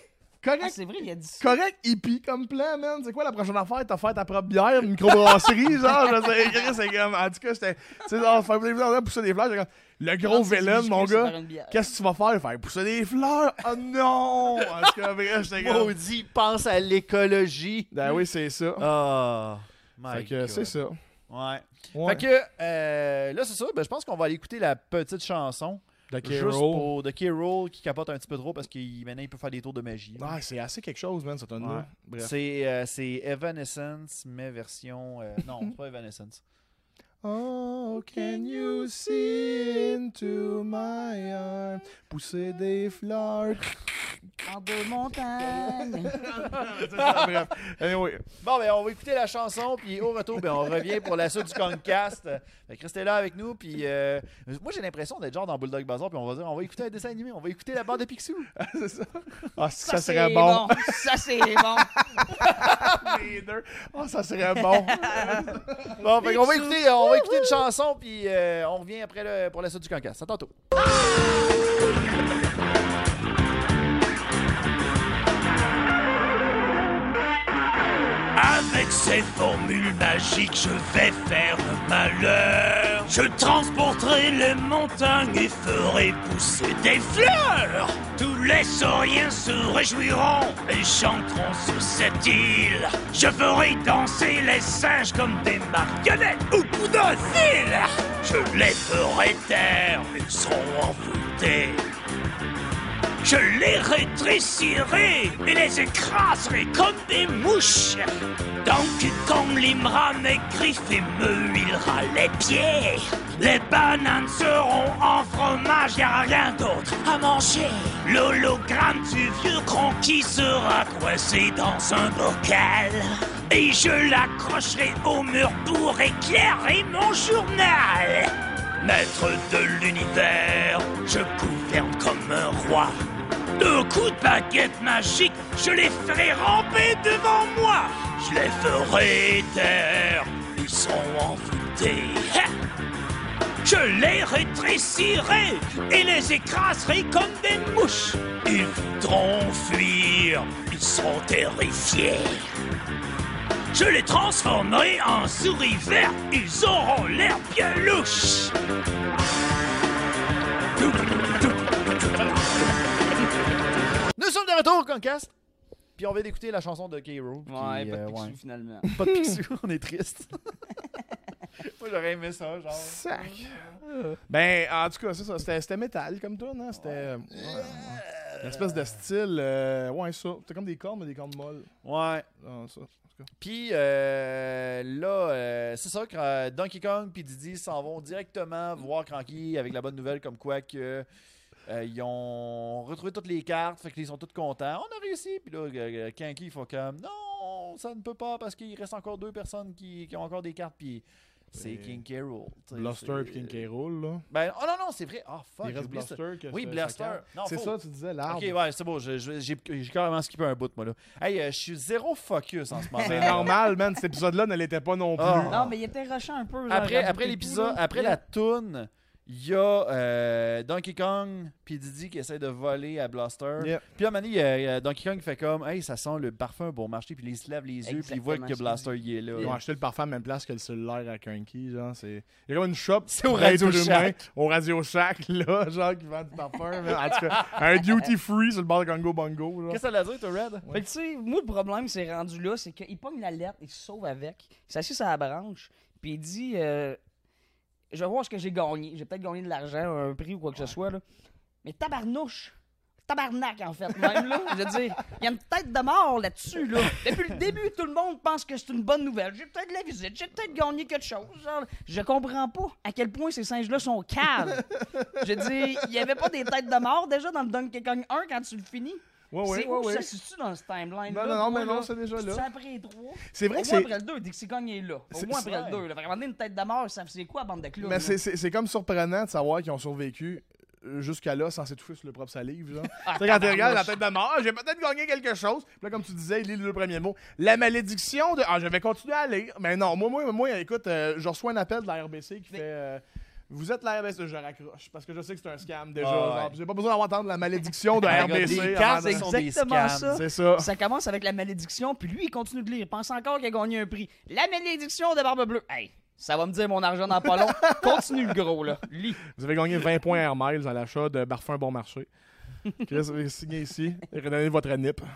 B: Correct.
C: Ah, c'est vrai, il a dit ça.
B: Correct, hippie comme plan, man. C'est quoi la prochaine affaire? T'as fait ta propre bière, une microbrasserie, genre, je sais, c'est comme, en tout cas, j'étais, tu sais, genre, faire pousser des fleurs, j'ai comme, le gros villain, mon gars, qu'est-ce que tu vas faire? Faire pousser des fleurs? Oh non! En tout cas, bref, j'étais comme,
A: Maudit, pense à l'écologie.
B: ben oui, c'est ça.
A: Ah,
B: Fait que c'est ça.
A: Ouais.
B: Ouais.
A: Fait que, euh, là, c'est ça. Ben, je pense qu'on va aller écouter la petite chanson.
B: De
A: Juste
B: K-Roll.
A: pour de K-Roll qui capote un petit peu trop parce qu'il maintenant il peut faire des tours de magie.
B: Ah, c'est assez quelque chose, man, cette tune-là.
A: Ouais.
B: Bref.
A: C'est euh, c'est Evanescence, mais version. euh, non, c'est pas Evanescence.
B: Oh, can you see into my arms? Pousser des fleurs.
C: En deux montagnes.
B: Bref. Anyway.
A: Bon, ben, on va écouter la chanson, puis au retour, ben, on revient pour la suite du Concast. Fait que restez là avec nous, puis euh, moi, j'ai l'impression d'être genre dans Bulldog Bazaar, puis on va dire, on va écouter un dessin animé, on va écouter la bande de Picsou.
B: C'est ça. Ah, ça,
C: Ça,
B: serait
C: c'est
B: bon.
C: Ça, c'est bon.
B: Les deux. Ah, ça serait bon.
A: Bon, fait qu'on va écouter, on va écouter une chanson, puis euh, on revient après le, pour la suite du Concast. À tantôt.
E: Avec cette formule magique, je vais faire le malheur. Je transporterai les montagnes et ferai pousser des fleurs. Tous les sauriens se réjouiront et chanteront sur cette île. Je ferai danser les singes comme des marionnettes au bout d'un fil. Je les ferai taire, ils seront envoûtés. Je les rétrécirai et les écraserai comme des mouches. Donkey Kong limera mes griffes et me huilera les pieds. Les bananes seront en fromage, y'aura rien d'autre à manger. L'hologramme du vieux Cronky sera coincé dans un bocal. Et je l'accrocherai au mur pour éclairer mon journal. Maître de l'univers, je gouverne comme un roi. Deux coups de baguette magique, je les ferai ramper devant moi. Je les ferai taire, ils seront envoûtés. Ha! Je les rétrécirai et les écraserai comme des mouches. Ils voudront fuir, ils seront terrifiés. Je les transformerai en souris vertes, ils auront l'air bien louches.
A: Nous sommes de retour au Concast. Puis on vient d'écouter la chanson de K-Roll.
C: Ouais,
A: puis,
C: pas de
A: euh,
C: Picsou,
A: ouais.
C: finalement.
A: Pas de Picsou, on est triste. Moi, j'aurais aimé ça, genre.
B: Sac. Ben, en tout cas, c'est ça. C'était, c'était métal comme toi, non? C'était. euh, ouais, ouais. Une espèce de style. euh, ouais, ça. C'était comme des cordes, mais des cordes molles.
A: Ouais.
B: Ah, ça. En tout cas.
A: Puis euh, là, euh, c'est ça que euh, Donkey Kong puis Diddy s'en vont directement voir Cranky avec la bonne nouvelle comme quoi que euh, ils ont retrouvé toutes les cartes, fait qu'ils sont tous contents. On a réussi. Puis là, euh, Cranky, il faut comme non, ça ne peut pas parce qu'il reste encore deux personnes qui, qui ont encore des cartes. Puis c'est
B: Et
A: King K. Rool.
B: Bluster et King K. Rool, là.
A: Ben, oh non, non, c'est vrai. Ah, fuck.
B: Il
A: j'ai
B: reste
A: oublié ça.
B: Bluster. Que
A: Oui,
B: c'est-
A: Blaster.
B: sa carte.
A: Non,
B: C'est
A: faut-
B: ça, tu disais, l'arbre.
A: Ok, ouais, c'est bon. je- je- J'ai j'ai carrément skippé un bout, moi, là. Hey, euh, je suis zéro focus en ce moment.
B: C'est normal, man. Cet épisode-là ne l'était pas non plus.
A: Ah.
C: Non, mais il était rushant un peu. genre,
A: Après,
C: rajouter
A: après
C: tout,
A: l'épisode,
C: là.
A: après
C: Yeah.
A: la toune, il y a euh, Donkey Kong puis Diddy qui essaie de voler à Blaster.
B: Yep.
A: Puis à un moment donné, il y a- il y a Donkey Kong qui fait comme hey, ça sent le parfum bon marché, puis il se lève les yeux, puis il voit que
C: Exactement
A: Blaster
C: ce
A: il est là.
B: Ils ont acheté le parfum à la même place que le cellulaire à Cranky, genre, c'est... Il y a comme une shop...
A: C'est au
B: près
A: Radio
B: du
A: Shack.
B: humain, Au Radio Shack, là, genre, qui vend du parfum. mais en tout cas, un duty-free sur le bord de Congo Bongo, genre.
A: Qu'est-ce que ça veut dire, toi, Red?
C: Fait que tu sais, moi le problème c'est rendu là, c'est qu'il pogne la lettre, il se sauve avec, il s'assied sur la branche, puis il dit euh, je vais voir ce que j'ai gagné, j'ai peut-être gagné de l'argent, un prix ou quoi que ce soit là. Mais tabarnouche, tabarnak en fait même là, je veux dire, il y a une tête de mort là-dessus là. Depuis le début, tout le monde pense que c'est une bonne nouvelle. J'ai peut-être la visite, j'ai peut-être gagné quelque chose. Genre, je comprends pas à quel point ces singes-là sont caves. Je veux dire, il y avait pas des têtes de mort déjà dans le Donkey Kong un quand tu le finis.
B: Ouais, ouais,
C: C'est
B: ouais,
C: où
B: ouais.
C: ça se situe dans ce timeline
B: Non, non, non, mais non, c'est déjà là.
C: C'est après les trois.
B: C'est vrai
C: Au
B: que
C: moins
B: c'est...
C: après le deux, Dixie Kong est là. Au
B: C'est-
C: moins
B: c'est
C: après le
A: vrai.
C: deux. Fait qu'à un moment donné, une tête de mort, ça c'est quoi la bande de clowns?
B: Mais
C: là?
B: c'est, c'est, c'est comme surprenant de savoir qu'ils ont survécu euh, jusqu'à là sans s'étouffer sur le propre salive, genre.
C: Ah,
B: Tu sais, quand tu regardes la
C: tabarnouche.
B: tête de mort, ah, j'ai peut-être gagné quelque chose. Puis là, comme tu disais, il lit les deux premiers mots. La malédiction de... Ah, je vais continuer à lire. Mais non, moi, moi, moi écoute, euh, je reçois un appel de la R B C qui
C: Mais-
B: fait... euh, Vous êtes la R B C, je raccroche, parce que je sais que c'est un scam déjà.
A: Ah,
B: genre,
A: ouais.
B: j'ai pas besoin d'entendre la malédiction de R B C.
A: Des
B: avant
A: cartes,
B: de-
A: c'est sont des
C: exactement
A: scams.
C: ça.
B: C'est ça.
C: Ça commence avec la malédiction, puis lui, il continue de lire. Il pense encore qu'il a gagné un prix. La malédiction de Barbe Bleue. Hey, ça va me dire mon argent dans pas long. Continue, le gros, là. Lis.
B: Vous avez gagné vingt points Air Miles à l'achat de Parfum Bon Marché. Chris, signez ici et redonnez votre N I P.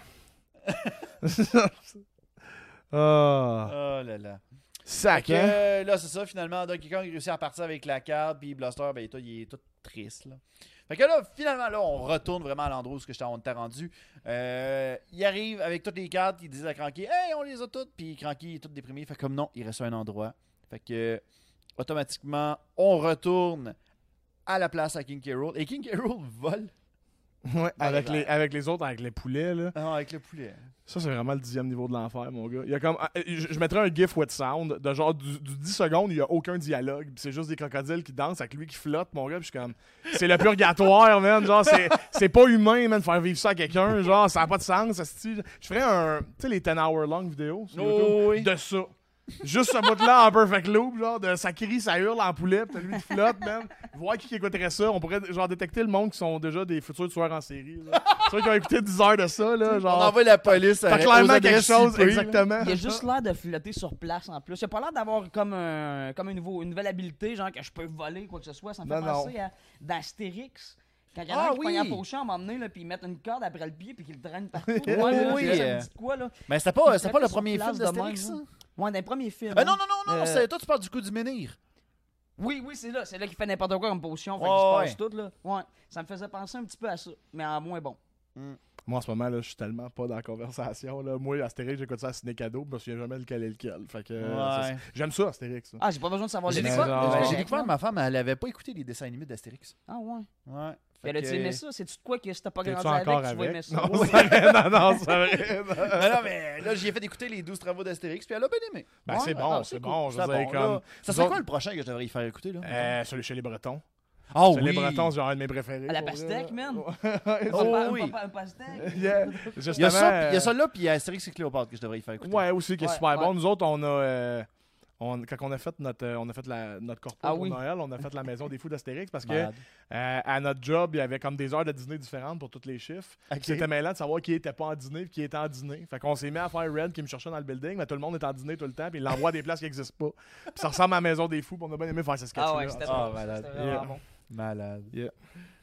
B: Ah.
A: Oh là là.
B: Sac,
A: Fait que,
B: hein?
A: euh, là, c'est ça, finalement. Donkey Kong réussit à repartir avec la carte, puis Blaster, ben, toi, il est tout triste, là. Fait que là, finalement, là, on retourne vraiment à l'endroit où j'étais- on était rendu. Euh, il arrive avec toutes les cartes, il dit à Cranky, hey, on les a toutes, puis Cranky est tout déprimé. Fait comme non, il reste un endroit. Fait que, euh, automatiquement, on retourne à la place à King K. Rool. Et King K. Rool vole.
B: Ouais, avec,
A: ben.
B: les, avec les autres, avec les poulets, là.
A: Ah, avec le poulet.
B: Ça, c'est vraiment le dixième niveau de l'enfer, mon gars. Il y a comme, ah, je, je mettrais un gif with sound de genre du, du dix secondes, il n'y a aucun dialogue. Puis c'est juste des crocodiles qui dansent avec lui qui flotte, mon gars. Puis je suis comme, c'est le purgatoire, man. Genre, c'est, c'est pas humain, man, de faire vivre ça à quelqu'un. Genre, ça n'a pas de sens. Ça se dit- Je ferais un, tu sais, les ten hour long vidéos sur
A: Oh,
B: YouTube,
A: oui.
B: de ça. Juste ce bout-là en perfect loop, genre, de ça crie, ça hurle en poulet, pis t'as lui qui flotte, man. Voir qui écouterait ça. On pourrait, genre, détecter le monde qui sont déjà des futurs tueurs en série, là. Ceux qui ont écouté dix heures de ça, là,
A: On
B: genre.
A: envoie la police à
B: T'as clairement
A: aux
B: quelque
A: adresses
B: chose,
A: I P, là.
B: exactement.
C: Il a juste l'air de flotter sur place en plus. Il a pas l'air d'avoir comme, un, comme un nouveau, une nouvelle habilité, genre que je peux voler, quoi que ce soit. Ça me fait
B: Non,
C: penser à d'Astérix. Quand il y en a
A: Ah,
C: un qui
A: oui.
C: pogne un pochon à un moment donné, là, puis ils mettent une corde après le pied, puis qu'ils le traînent partout.
A: Oui,
C: Ouais, là,
A: oui.
C: là, ça me dit de quoi, là?
A: Mais c'était pas,
C: Il
A: c'était pas le
C: flottait
A: premier
C: sur
A: film
C: place de
A: d'Astérix, ça?
C: même, Ouais, dans les premiers films.
A: Ah
C: hein.
A: non, non, non, non,
C: Euh,
A: c'est- toi, tu parles du coup du menhir.
C: Oui, oui, c'est là. C'est là qu'il fait n'importe quoi comme potion. Fait
A: Ouais,
C: qu'il se
A: ouais.
C: passe tout, là. Ouais. Ça me faisait penser un petit peu à ça, mais en moins bon.
B: Moi, en ce moment, là, je suis tellement pas dans la conversation, là. Moi, Astérix, j'écoute ça à Ciné Cadeau, je me souviens jamais lequel est lequel. Fait que, euh,
A: Ouais.
B: c'est- j'aime ça, Astérix. là.
C: Ah, j'ai pas besoin de savoir
A: J'ai
C: les
B: Mais
A: découvert,
B: genre-
A: j'ai
B: Ouais.
A: découvert, ma femme, elle avait pas écouté les dessins animés d'Astérix.
C: Ah, ouais.
A: Ouais.
C: Elle a-tu aimé ça? C'est-tu de quoi que si t'as pas
B: T'es-tu
C: grandi avec,
B: encore
C: tu vas
B: avec?
C: aimer ça?
B: Non,
C: Oui.
B: c'est vrai, non, non, c'est vrai.
A: Non, non, mais là, j'y ai fait écouter les douze travaux d'Astérix, puis elle a bien aimé.
B: Ben,
C: Ouais,
B: c'est
C: ouais,
B: bon,
C: ah,
B: c'est
C: c'est
B: bon. Je
A: C'est
B: veux dire,
A: bon,
B: comme.
A: là. Ça
B: nous
A: serait
B: autres-
A: quoi le prochain que je devrais y faire écouter, là?
B: Euh, celui chez les Bretons.
A: Oh
B: Chez les Bretons, c'est genre un de mes préférés.
C: À la
B: pour vrai,
C: pastèque,
B: là.
C: man.
B: Ouais,
A: Oh,
C: Un
A: oui.
C: pa- Un pastèque.
B: yeah.
A: Il y a
B: Justement,
A: ça, puis il y a
B: euh,
A: ça là, puis il y a Astérix et Cléopâtre que je devrais y faire écouter.
B: Ouais, aussi, qui est
C: Ouais,
B: super
C: ouais.
B: bon. Nous autres, on a. euh, on- quand on a fait notre, euh, on a fait la, notre corpo
C: Ah
B: pour
C: oui.
B: Noël, on a fait la maison des fous d'Astérix parce que
A: Malade.
B: euh, à notre job, il y avait comme des heures de dîner différentes pour tous les chiffres.
A: Ok.
B: C'était mêlant de savoir qui était pas en dîner et qui était en dîner. Fait qu'on s'est mis à faire Red qui me cherchait dans le building, mais tout le monde est en dîner tout le temps, puis il l'envoie à des places qui n'existent pas. Puis ça ressemble à la maison des fous, puis on a bien aimé faire ce sketch-là.
C: Ah ouais, c'était
A: Ah,
C: drôle, ça,
A: malade.
C: c'était vraiment
B: Yeah.
C: bon.
A: Malade.
B: Yeah.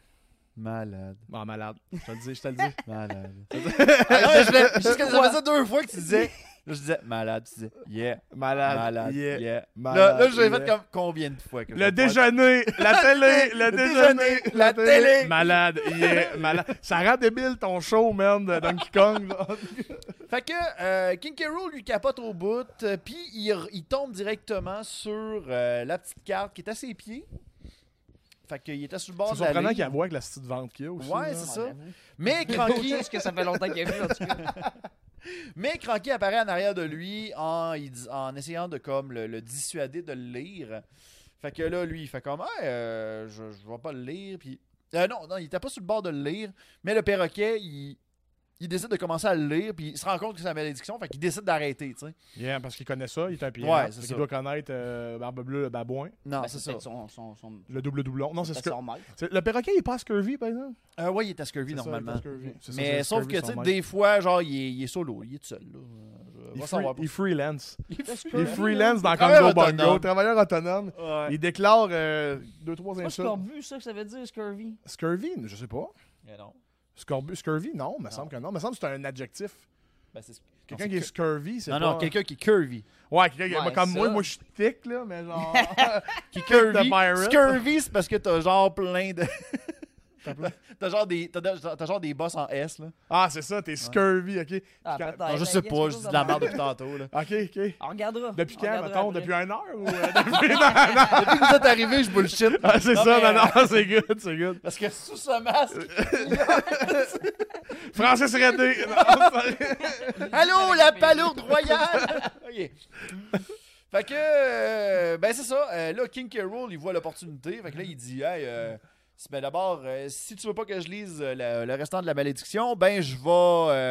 A: Malade.
B: Ah, malade. Je te le dis, je te le dis.
A: Malade. Ah, non, mais je voulais- juste que ça faisait deux fois que tu disais. Là, je disais malade, tu disais yeah.
B: Malade.
A: Malade.
B: Yeah.
A: Yeah.
B: Malade,
A: Là, là je l'ai
B: yeah.
A: fait comme combien de fois que je
B: Le
A: vais faire-
B: déjeuner, la télé, le
A: Le
B: déjeuner,
A: déjeuner, la télé.
B: Malade, yeah, malade. Ça rend débile ton show, man, de Donkey Kong. là.
A: Fait que euh, King K. Rool lui capote au bout, euh, puis il, r- il tombe directement sur euh, la petite carte qui est à ses pieds. Fait qu'il était sur le bord
B: C'est
A: de la
B: surprenant
A: ligne.
B: qu'il avoue avec la petite vente qu'il y a aussi.
A: Ouais,
B: là.
A: c'est ça.
C: Ouais,
A: Mais
C: j'avoue.
A: Cranky,
C: Parce que ça fait longtemps qu'il a vu, en tout cas.
A: mais Cranky apparaît en arrière de lui en, il dit- en essayant de comme le, le dissuader de le lire. Fait que là, lui, il fait comme hey, euh, je, je vais pas le lire. Puis euh, non, non, il était pas sur le bord de le lire, mais le perroquet, il, il décide de commencer à le lire, puis il se rend compte que c'est la malédiction, fait qu'il décide d'arrêter, tu sais.
B: Yeah, parce qu'il connaît ça, il est un pirate.
A: Ouais, c'est
B: Fait
A: ça.
B: qu'il doit connaître euh, Barbe Bleue, le babouin,
A: Non,
C: Ben,
A: c'est
C: c'est
A: ça.
C: peut-être son, son, son,
B: le double doublon. Non, c'est ce
C: peut-être
B: que.
C: son maître.
B: c'est- Le perroquet, il est pas à Scurvy, par exemple.
A: Euh, ouais, il est à Scurvy
B: C'est ça,
A: normalement.
B: il est à Scurvy. C'est ça,
A: Mais
B: c'est
A: sauf
B: Scurvy,
A: que, tu
B: son
A: sais,
B: maître.
A: des fois, genre, il est, il est solo, il est tout seul. Là. Euh,
B: Il,
A: va
B: free-
A: savoir
B: il freelance.
A: Il est
B: Il freelance dans
A: Travailleur
B: Congo Bongo,
A: autonome.
B: travailleur autonome.
A: Ouais.
B: Il déclare euh, deux, trois
C: C'est pas
B: insultes.
C: scorbut, ça, que ça veut dire, scurvy?
B: Scurvy, je sais pas.
A: Mais non.
B: Scorbu- Scurvy, non, me semble que non. Me semble que c'est un adjectif.
A: Ben, c'est-
B: Quelqu'un
A: non,
B: qui est
A: c'est
B: scurvy, c'est
A: Non,
B: pas...
A: non, quelqu'un qui est curvy.
B: Ouais, quelqu'un qui...
C: Ouais,
B: comme
C: ça.
B: moi, moi je suis thick, là, mais genre...
A: Qui est curvy.
B: The pirate.
A: Scurvy, c'est parce que t'as genre plein de.
B: T'as plein-
A: T'as genre des. T'as, t'as genre des boss en S, là.
B: Ah, c'est ça, t'es scurvy, OK.
C: Ah,
B: Quand-
C: peut-être.
A: Non, je sais
C: I guess,
A: pas,
C: quelque
A: je
C: chose
A: dis de la
C: même.
A: merde depuis tantôt, là.
B: OK, OK.
C: On regardera.
B: Depuis
C: On
B: quand,
C: regardera
B: mettons?
C: après.
B: Depuis une heure? Ou, euh, depuis... non, non.
A: Depuis que vous êtes arrivé, je bullshit.
B: Ah, c'est
A: Non,
B: ça,
A: mais,
B: non, non, c'est good, c'est good.
A: Parce que sous ce masque.
B: Francis Redé. Non, c'est-
A: Allô, la palourde royale! OK. Fait que, euh, ben c'est ça. Euh, là, King K. Rool, il voit l'opportunité. Fait que là, il dit, hey, euh, c'est- ben d'abord, euh, si tu veux pas que je lise euh, le, le restant de la malédiction, ben je vais. euh,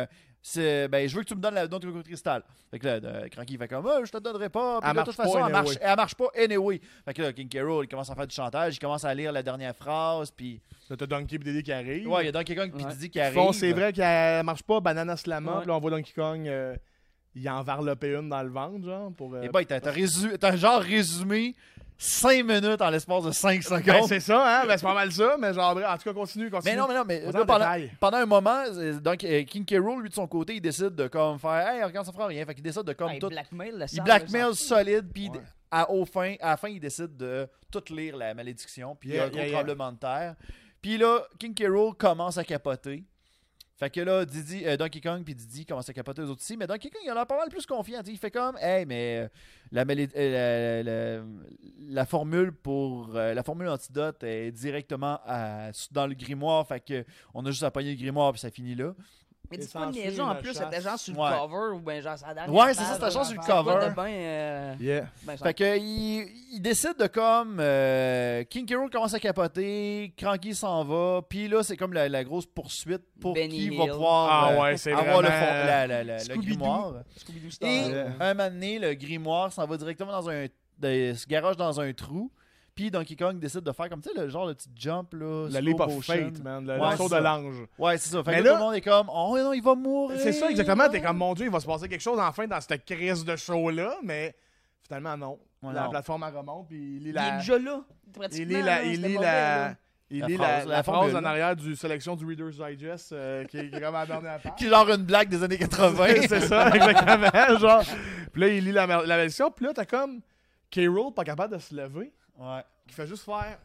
A: c'est, ben, je veux que tu me donnes la notre Coco Cristal. Fait que là, euh, Cranky fait comme, ah, je te donnerai pas. Puis
B: Elle
A: là, de
B: marche
A: toute façon,
B: pas,
A: elle, marche,
B: anyway.
A: elle marche pas anyway. Fait que là, King K. Rool, il commence à faire du chantage, il commence à lire la dernière phrase, puis.
B: Là, t'as Donkey et Diddy qui arrive.
A: Ouais, il y a Donkey Kong puis
C: Ouais.
A: Diddy qui
B: Ils
A: arrive.
B: font, c'est vrai qu'elle marche pas, Banana Slamma,
C: Ouais.
B: puis là, on voit Donkey Kong, euh, il en varlopait une dans le ventre, genre, pour... euh,
A: Et boy, t'as, t'as, résu- t'as genre résumé cinq minutes en l'espace de cinq secondes.
B: Ben, c'est ça, hein? Ben, c'est pas mal ça, mais genre, en tout cas, continue, continue.
A: mais non, mais non, mais
B: On
A: là,
B: est en
A: pendant,
B: détail.
A: pendant un moment, euh, donc, euh, King K. Rool, lui, de son côté, il décide de comme faire, hey, regarde, ça fera rien. Fait qu'il décide de comme
C: Ah, il
A: tout.
C: blackmail le
A: Il
C: sang,
A: blackmail
C: là, ça-
A: solide, puis
B: Ouais.
A: à, au fin, à la fin, il décide de tout lire la malédiction, puis il y a
B: Yeah,
A: un gros
B: yeah, yeah.
A: tremblement de terre. Puis là, King K. Rool commence à capoter. Fait que là, Diddy, euh, Donkey Kong puis Diddy commencent à capoter eux autres ici, mais Donkey Kong, il en a pas mal plus confiant. T'sais, il fait comme, hey, mais euh, la, malé- euh, la, la- la formule pour euh, la formule antidote est directement à- dans le grimoire, fait que on a juste à pogner le grimoire puis ça finit là.
C: Mais
B: Et
C: dis pas de
B: s'ensuit
C: niaiser en
B: une
C: plus,
B: chasse.
C: c'était genre sur le
A: Ouais.
C: cover ou ben genre ça dernière
A: Ouais, c'est
C: page,
A: ça, c'était genre sur le
C: c'est quoi
A: cover.
C: de ben, euh,
B: Yeah.
C: ben, ça-
A: Fait que il, il décide de comme euh, King K. Rool commence à capoter, Cranky s'en va, puis là c'est comme la, la grosse poursuite pour
C: Benny
A: qui va
C: Hill.
A: pouvoir
B: Ah
A: euh,
B: ouais, c'est
A: avoir le,
B: vraiment-
A: fond- la- la- la- le
C: Scooby-Doo.
A: grimoire.
C: Scooby-Doo
A: Et
C: style.
B: Yeah.
A: un moment donné, le grimoire s'en va directement dans un. de- se garage dans un trou. Puis Donkey Kong décide de faire comme tu sais, le genre de petit jump là.
B: Le
A: slow
B: leap of
A: motion.
B: fate, man. Le, le
A: Ouais,
B: saut
A: c'est
B: de
A: ça.
B: l'ange.
A: Ouais, c'est ça. Fait
B: Mais
A: que
B: là-
A: là, tout le monde est comme, oh non, il va mourir.
B: C'est ça, exactement. T'es comme, mon Dieu, il va se passer quelque chose enfin dans cette crise de show-là, mais finalement, non.
A: Ouais,
B: la
A: non.
B: plateforme, elle remonte, puis il lit
C: Il est
B: la...
C: déjà là.
B: Il
C: pratiquement,
B: lit la...
C: là,
B: Il
C: c'était
B: lit
C: mauvais,
B: la...
C: là.
B: Il
A: La
B: lit
A: phrase,
B: la,
A: la
B: la phrase
A: formule,
B: en
A: là.
B: arrière du sélection du Reader's Digest euh, qui, est, qui est comme à la dernière page.
A: Qui est genre une blague des années quatre-vingts.
B: C'est ça, exactement. Genre. Puis là, il lit la, la version, puis là, t'as comme K-Rool pas capable de se lever,
A: Ouais.
B: qui fait juste faire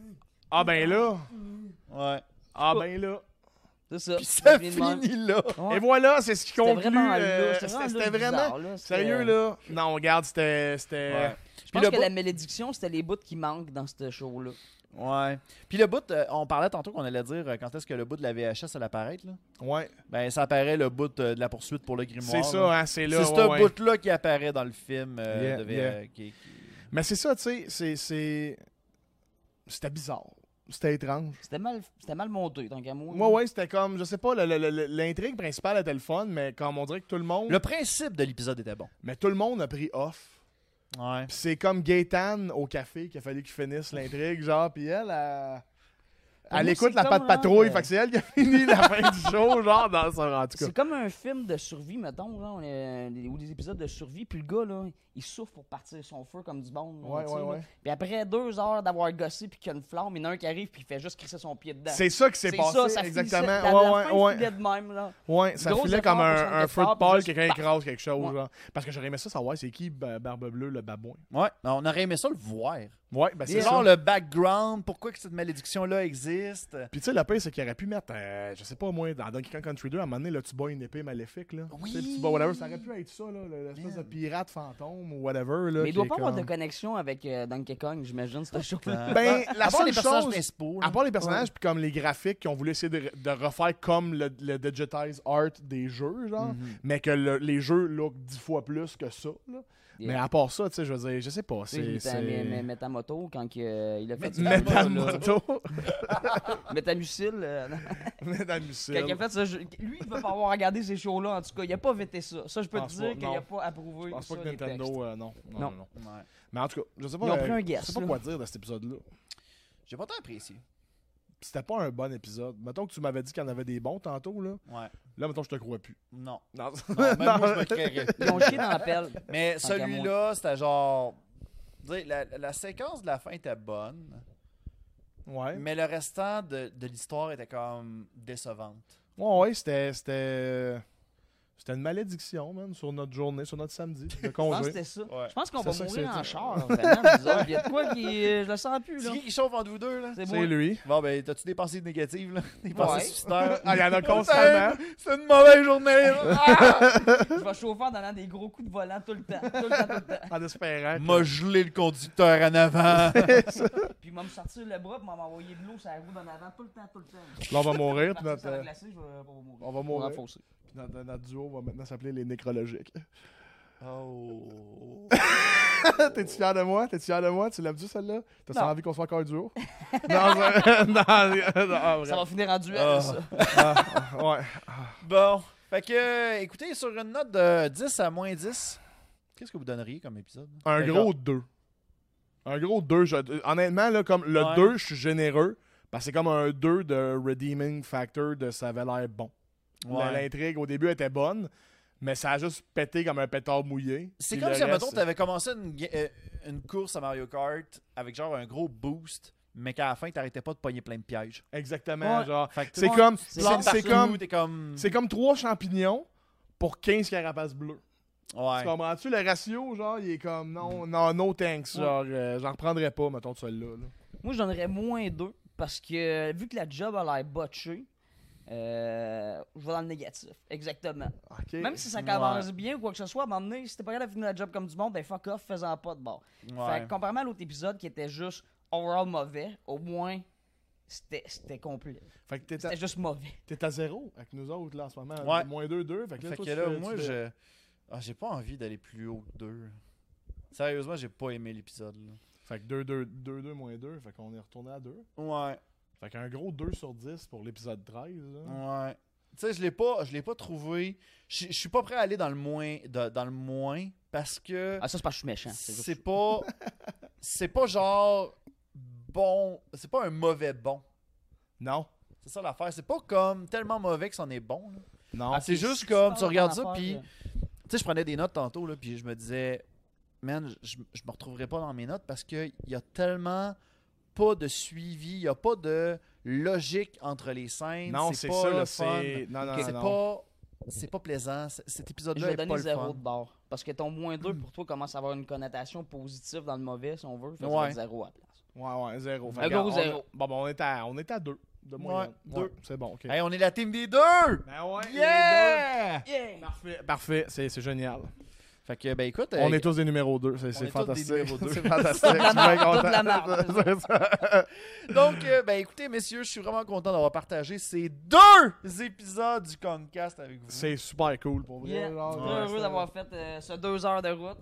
B: ah ben là,
A: Ouais.
B: ah ben là.
C: C'est ça.
A: Puis ça
C: finit de même.
A: finit là.
C: Ouais.
B: Et voilà, c'est ce qui
C: C'était
B: conclut.
C: vraiment
B: euh,
C: là,
B: C'était
C: c'était
B: c'était
C: vraiment,
B: vraiment.
C: bizarre, là, c'était-
B: Sérieux, là? Non, regarde, c'était. c'était...
A: Ouais.
C: Je
A: Puis
C: pense
A: le
C: que
A: bout-
C: la malédiction, c'était les bouts qui manquent dans ce show-là.
A: Ouais. Puis le bout, euh, on parlait tantôt qu'on allait dire euh, quand est-ce que le bout de la V H S allait apparaître. Là.
B: Ouais.
A: Ben, ça apparaît le bout euh, de la poursuite pour le grimoire.
B: C'est
A: là.
B: ça, hein, c'est là.
A: C'est
B: ouais,
A: ce
B: ouais.
A: bout-là qui apparaît dans le film euh,
B: Yeah,
A: de V-
B: yeah.
A: euh, qui- qui-
B: Mais c'est ça, tu sais, c'est- c'est. C'était bizarre. C'était étrange.
C: C'était mal, c'était mal monté, tant qu'à moi.
B: Ouais, ouais, c'était comme, je sais pas, le- le- le- l'intrigue principale était le fun, mais comme on dirait que tout le monde.
A: Le principe de l'épisode était bon.
B: Mais tout le monde a pris off.
A: Ouais.
B: Puis c'est comme Gaétan au café qu'il a fallu qu'il finisse l'intrigue, genre, puis elle, elle, elle
C: moi,
B: écoute
C: c'est
B: la
C: comme
B: patte
C: genre,
B: patrouille,
C: euh,
B: fait que c'est elle qui a fini la fin du show, genre, dans son. En tout cas.
C: C'est comme un film de survie, mettons, là, on est- des- ou des épisodes de survie, puis le gars, là, il souffre pour partir son feu comme du bon.
B: Ouais, ouais, ouais.
C: Puis après deux heures d'avoir gossé, puis qu'il y a une flamme, il y en a un qui arrive, puis il fait juste crisser son pied dedans.
B: C'est ça qui s'est passé,
C: ça, ça
B: exactement.
C: finissait- la-
B: ouais,
C: la
B: ouais,
C: fin
B: ouais.
C: filait de même, là.
B: Ouais, ça
C: Gros
B: filait
C: effort
B: comme
C: pour
B: un,
C: son
B: un feu
C: effort,
B: de
C: puis
B: pâle,
C: juste
B: quelqu'un
C: paf.
B: écrase quelque chose,
C: Ouais.
B: genre. Parce que j'aurais aimé ça savoir c'est qui Ba- Barbe Bleue, le babouin.
A: Ouais. On aurait aimé ça le voir.
B: Ouais, ben c'est
A: C'est
B: ça.
A: genre le background, pourquoi que cette malédiction-là existe.
B: Puis tu sais, le pire, c'est qu'il aurait pu mettre, euh, je sais pas moi, dans Donkey Kong Country deux, à un moment donné, là, tu bats une épée maléfique, là.
A: Oui.
B: Tu sais, puis tu bats whatever, ça aurait pu être ça, là, l'espèce de pirate fantôme ou whatever, là.
C: Mais il
B: qui
C: doit
B: est
C: pas avoir de
B: comme-
C: connexion avec euh, Donkey Kong, j'imagine, ce show-là.
B: Ben, la
A: à part les
B: seule
A: personnages
B: chose,
A: principaux.
B: à
A: là.
B: part les personnages, puis comme les graphiques qui ont voulu essayer de, de refaire comme le, le digitize art des jeux, genre,
A: Mhm.
B: mais que le- les jeux look dix fois plus que ça, là.
C: Yeah.
B: Mais à part ça, tu sais, je veux dire, je sais pas,
C: Tu sais,
B: c'est...
C: Meta-
B: c'est-
C: Mé- Metamoto, quand que, euh, il a fait
A: Meta-
C: ce jeu-là, là.
B: Metamoto.
C: Métamucil. euh,
B: Metamucil.
C: Quand il a fait ce jeu- Lui, il ne peut pas avoir regardé ces shows-là, en tout cas. Il a pas vété ça. Ça, je peux te
B: Pense
C: dire
B: pas,
C: qu'il
B: non.
C: n'a pas approuvé
B: Je pense
C: ça,
B: pas que
C: les textes.
B: Nintendo, euh, non. Non,
C: Non.
B: non, non.
A: Ouais.
B: Mais en tout cas, je sais pas,
C: Ils ont
B: euh,
C: pris un
B: je
C: guess,
B: sais pas
C: là.
B: quoi dire de cet épisode-là.
A: J'ai pas tant apprécié.
B: C'était pas un bon épisode. Mettons que tu m'avais dit qu'il y en avait des bons tantôt, là.
A: Ouais.
B: Là, mettons, je te crois plus.
A: Non.
B: Non,
A: Non, même moi, je me créerais.
C: Ils ont chié dans la pelle.
A: Mais
C: Tant qu'à
A: celui-là, c'était genre. Tu sais, La, la séquence de la fin était bonne,
B: Ouais.
A: mais le restant de, de l'histoire était comme décevante.
B: Ouais, ouais, c'était. C'était c'était une malédiction, man, sur notre journée, sur notre samedi de
C: Je pense que
B: congé.
C: c'était ça.
A: Ouais.
C: Je pense qu'on
B: C'est
C: va
B: ça que
C: mourir en
B: c'était.
C: char. Vraiment bizarre. Il y a de quoi qui. euh, Je le sens plus, là.
A: C'est qui qui chauffe entre vous deux, là?
C: C'est
B: C'est
C: moi.
B: lui.
A: Bon, ben, t'as-tu des pensées négatives, là? Des pensées
C: Ouais.
A: suicidaires?
B: Ah, il y en a constamment.
A: C'est une mauvaise journée, là! Ah!
C: Je vais chauffer en donnant des gros coups de volant tout le temps. Tout le temps, tout le temps.
B: En espérant. que-
A: M'a gelé le conducteur en avant.
C: Puis il va me sortir le bras, puis il va m'envoyer de l'eau sur la roue d'en avant tout le temps, tout le temps.
B: Là, on va mourir, puis
C: Partir
B: notre,
C: sur la
B: euh,
C: glacée, je vais pas mourir.
B: on va
C: On
B: mourir.
C: va fausser.
B: puis notre, notre duo va maintenant s'appeler les nécrologiques.
A: Oh.
B: T'es-tu fier de moi? T'es-tu fier de moi? Tu l'aimes-tu, celle-là? T'as
C: Non.
B: envie qu'on soit encore duo? non, ça- non, non, ah,
C: Ça
B: bref.
C: va finir en duel,
A: Ah.
C: ça.
B: Ah, ah, ouais.
A: Bon. Fait que, euh, écoutez, sur une note de dix à moins dix, qu'est-ce que vous donneriez comme épisode?
B: Un
A: Fait
B: gros deux. Un gros deux. Je- honnêtement, là, comme le
A: Ouais.
B: deux, je suis généreux. Parce que c'est comme un deux de redeeming factor de ça avait l'air bon.
A: Ouais.
B: L'intrigue au début était bonne, mais ça a juste pété comme un pétard mouillé.
A: C'est
B: Puis
A: comme
B: le
A: si,
B: reste,
A: mettons, t'avais commencé une, ga- euh, une course à Mario Kart avec genre un gros boost, mais qu'à la fin, t'arrêtais pas de pogner plein de pièges.
B: Exactement,
C: Ouais.
B: genre.
A: Fait que
B: C'est
C: Ouais,
B: comme,
C: c'est
B: c'est
C: ça.
B: c'est
A: partout,
B: comme,
A: t'es comme...
B: c'est comme trois champignons pour quinze carapaces bleues.
A: Ouais.
B: Tu comprends-tu? Le ratio, genre, il est comme, non, non, no thanks. Genre, euh, j'en reprendrais pas, mettons, de celui-là. là.
C: Moi, je donnerais moins deux parce que vu que la job a l'air botchée, euh, je vais dans le négatif. Exactement.
B: Ok.
C: Même si ça commence bien ou quoi que ce soit, à un moment donné, si t'es pas capable de finir la job comme du monde, ben fuck off, faisant pas de bord.
A: Ouais.
C: Fait que comparément à l'autre épisode qui était juste overall mauvais, au moins c'était c'était complet.
B: Fait que t'es à,
C: C'était juste mauvais.
B: t'es à zéro avec nous autres, là, en ce moment.
A: Ouais.
B: Moins deux, deux. Fait que là,
A: Fait
B: toi,
A: que
B: tu
A: là,
B: fais-
A: moi,
B: tu fais-
A: je... Ah, j'ai pas envie d'aller plus haut que deux. Sérieusement, j'ai pas aimé l'épisode. là.
B: Fait que deux, deux, deux, deux, moins deux. Fait qu'on est retourné à deux.
A: Ouais.
B: Fait qu'un gros deux sur dix pour l'épisode treize. Là.
A: Ouais. Tu sais, je l'ai pas, je l'ai pas trouvé. Je je suis pas prêt à aller dans le moins, de- dans le moins parce que
C: Ah, ça, c'est parce que je suis méchant. c'est juste-
A: c'est pas, c'est pas genre bon, c'est pas un mauvais bon.
B: Non.
A: C'est ça l'affaire. C'est pas comme tellement mauvais que c'en est bon. là.
B: Non.
A: Ah, c'est
C: c'est
A: juste
C: super
A: comme tu
C: bonne
A: regardes ça
C: affaire,
A: puis
C: là.
A: tu sais, je prenais des notes tantôt là puis je me disais, man, je, je me retrouverai pas dans mes notes parce que il y a tellement pas de suivi, il y a pas de logique entre les scènes.
B: non, c'est
A: pas
B: ça.
A: le
B: Là,
A: fun.
B: c'est... Non, non,
A: C'est
B: non.
A: pas, c'est pas plaisant. C- Cet
C: Je
A: épisode-là
C: vais
A: est pas
C: donner
A: le
C: zéro
A: fun.
C: de bord. Parce que ton moins deux pour toi commence à avoir une connotation positive dans le mauvais, si on veut. Fait que
A: Ouais.
C: ça va être zéro à la place.
B: Ouais, ouais, zéro. Fait
C: Un
B: que,
C: gros
B: on-
C: zéro.
B: Bon, bon, on est à, on est à deux. De moyenne.
A: Ouais, deux.
B: C'est bon, ok.
A: Hey, on est la team des deux!
B: Ben ouais, les
A: Yeah!
B: deux. Parfait, parfait. C'est, c'est génial.
A: Fait que, ben écoute,
B: On
A: euh,
B: est tous des numéros deux. C'est, c'est
A: est tous des
B: fantastique.
A: numéros deux.
B: C'est fantastique.
C: De la
B: Je suis bien
C: marde,
B: content.
C: de la marde.
B: C'est ça.
A: donc, euh, ben écoutez, messieurs, je suis vraiment content d'avoir partagé ces deux épisodes du Concast avec vous.
B: C'est super cool pour vrai.
C: Yeah.
B: genre,
C: Très
B: ouais,
C: heureux
B: c'est-
C: d'avoir fait euh, ce deux heures de route.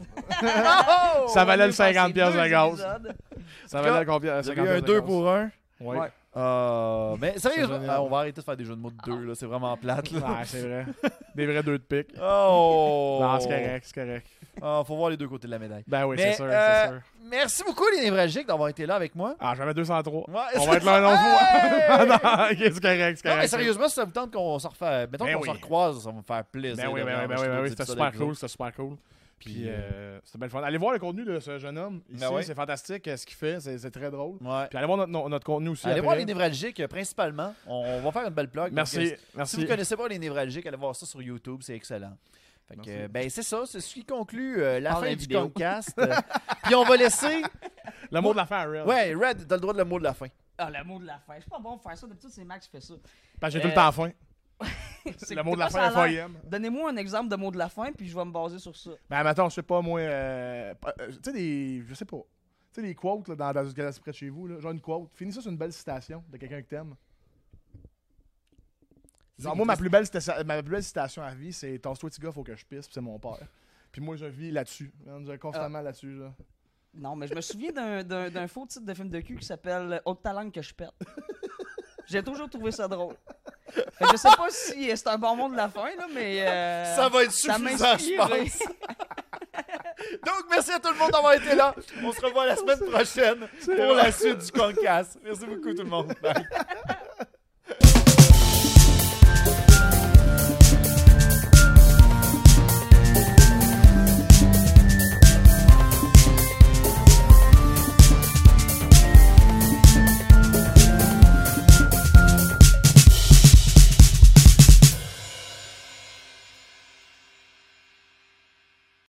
A: Oh!
B: Ça valait le
C: On est passé
B: cinquante piastres de
C: deux
B: gaz.
C: épisodes.
B: Ça valait combien?
A: Vous avez eu un deux pour un.
B: Ouais.
C: Ouais.
A: Euh, mais sérieusement,
B: génial.
A: ah, on va arrêter de faire des jeux de mots de deux, là. C'est vraiment plate, là.
B: Ouais, c'est vrai. Des vrais deux de pique.
A: Oh!
B: Non, c'est correct, c'est correct.
A: Ah, faut voir les deux côtés de la médaille.
B: Ben oui,
A: Mais,
B: c'est sûr,
A: euh,
B: c'est sûr.
A: Merci beaucoup, les névralgiques, d'avoir été là avec moi.
B: Ah, j'avais deux cent trois.
A: Ouais,
B: On va être là un autre
A: Hey!
B: fois. non, ok, c'est correct, c'est correct.
A: Non, mais sérieusement, si ça vous tente qu'on se refait, mettons
B: Ben
A: qu'on
B: oui.
A: se recroise, ça va me faire plaisir.
B: Ben oui,
A: de
B: ben oui, ben
A: enregistrer
B: oui, ben oui,
A: d'autres
B: c'était
A: épisodes
B: super
A: avec vous.
B: cool, c'était super cool. Puis,
A: Puis,
B: euh, c'était belle fun. Allez voir le contenu de ce jeune homme. Ici,
A: Ben ouais.
B: c'est fantastique euh, ce qu'il fait, c'est, c'est très drôle.
A: Ouais.
B: Puis allez voir notre, notre contenu aussi.
A: Allez
B: après.
A: voir les névralgiques, euh, principalement. On, on va faire une belle plug.
B: Merci,
A: Donc, euh,
B: merci.
A: Si vous connaissez pas les névralgiques, allez voir ça sur YouTube, c'est excellent. Fait que,
B: Merci.
A: euh, ben c'est ça, c'est ce qui conclut euh, la
C: Parle
A: fin
C: de
A: du
C: vidéo.
A: Concast. Euh, Puis on va laisser.
B: Le mot de la fin, Red.
A: Ouais, Red, t'as le droit de le mot de la fin.
C: Ah, le mot de la fin. Je suis pas bon pour faire ça. D'habitude, c'est Max qui fait ça.
B: Parce que j'ai
C: Euh,
B: tout le temps faim.
C: C'est
B: Le
C: que
B: mot de la
C: pas
B: fin,
C: ça a
B: F
C: l'air.
B: I M.
C: Donnez-moi un exemple de mot de la fin, puis je vais me baser sur ça.
B: Ben, attends, je sais pas, moi. euh, euh, tu sais, des. Je sais pas. Tu sais, des quotes là, dans, dans une galaxie près de chez vous. Là, genre une quote. Finis ça sur une belle citation de quelqu'un que t'aimes. Genre, moi, ma plus, belle, cita- ma plus belle citation à vie, c'est ton toi, petit gars, faut que je pisse, puis c'est mon père. Puis moi, je vis là-dessus. Man, Je vis constamment là-dessus. Là.
C: Non, mais je me souviens d'un, d'un, d'un faux titre de film de cul qui s'appelle Haute talent que je pète. J'ai toujours trouvé ça drôle. Fait que je sais pas si euh, c'est un bon mot de la fin, là, mais. euh,
A: Ça va être
C: ça m'a
A: suffisant, je
C: inspiré.
A: pense. Donc, merci à tout le monde d'avoir été là. On se revoit la semaine prochaine pour la suite du Concast. Merci beaucoup, tout le monde. Bye.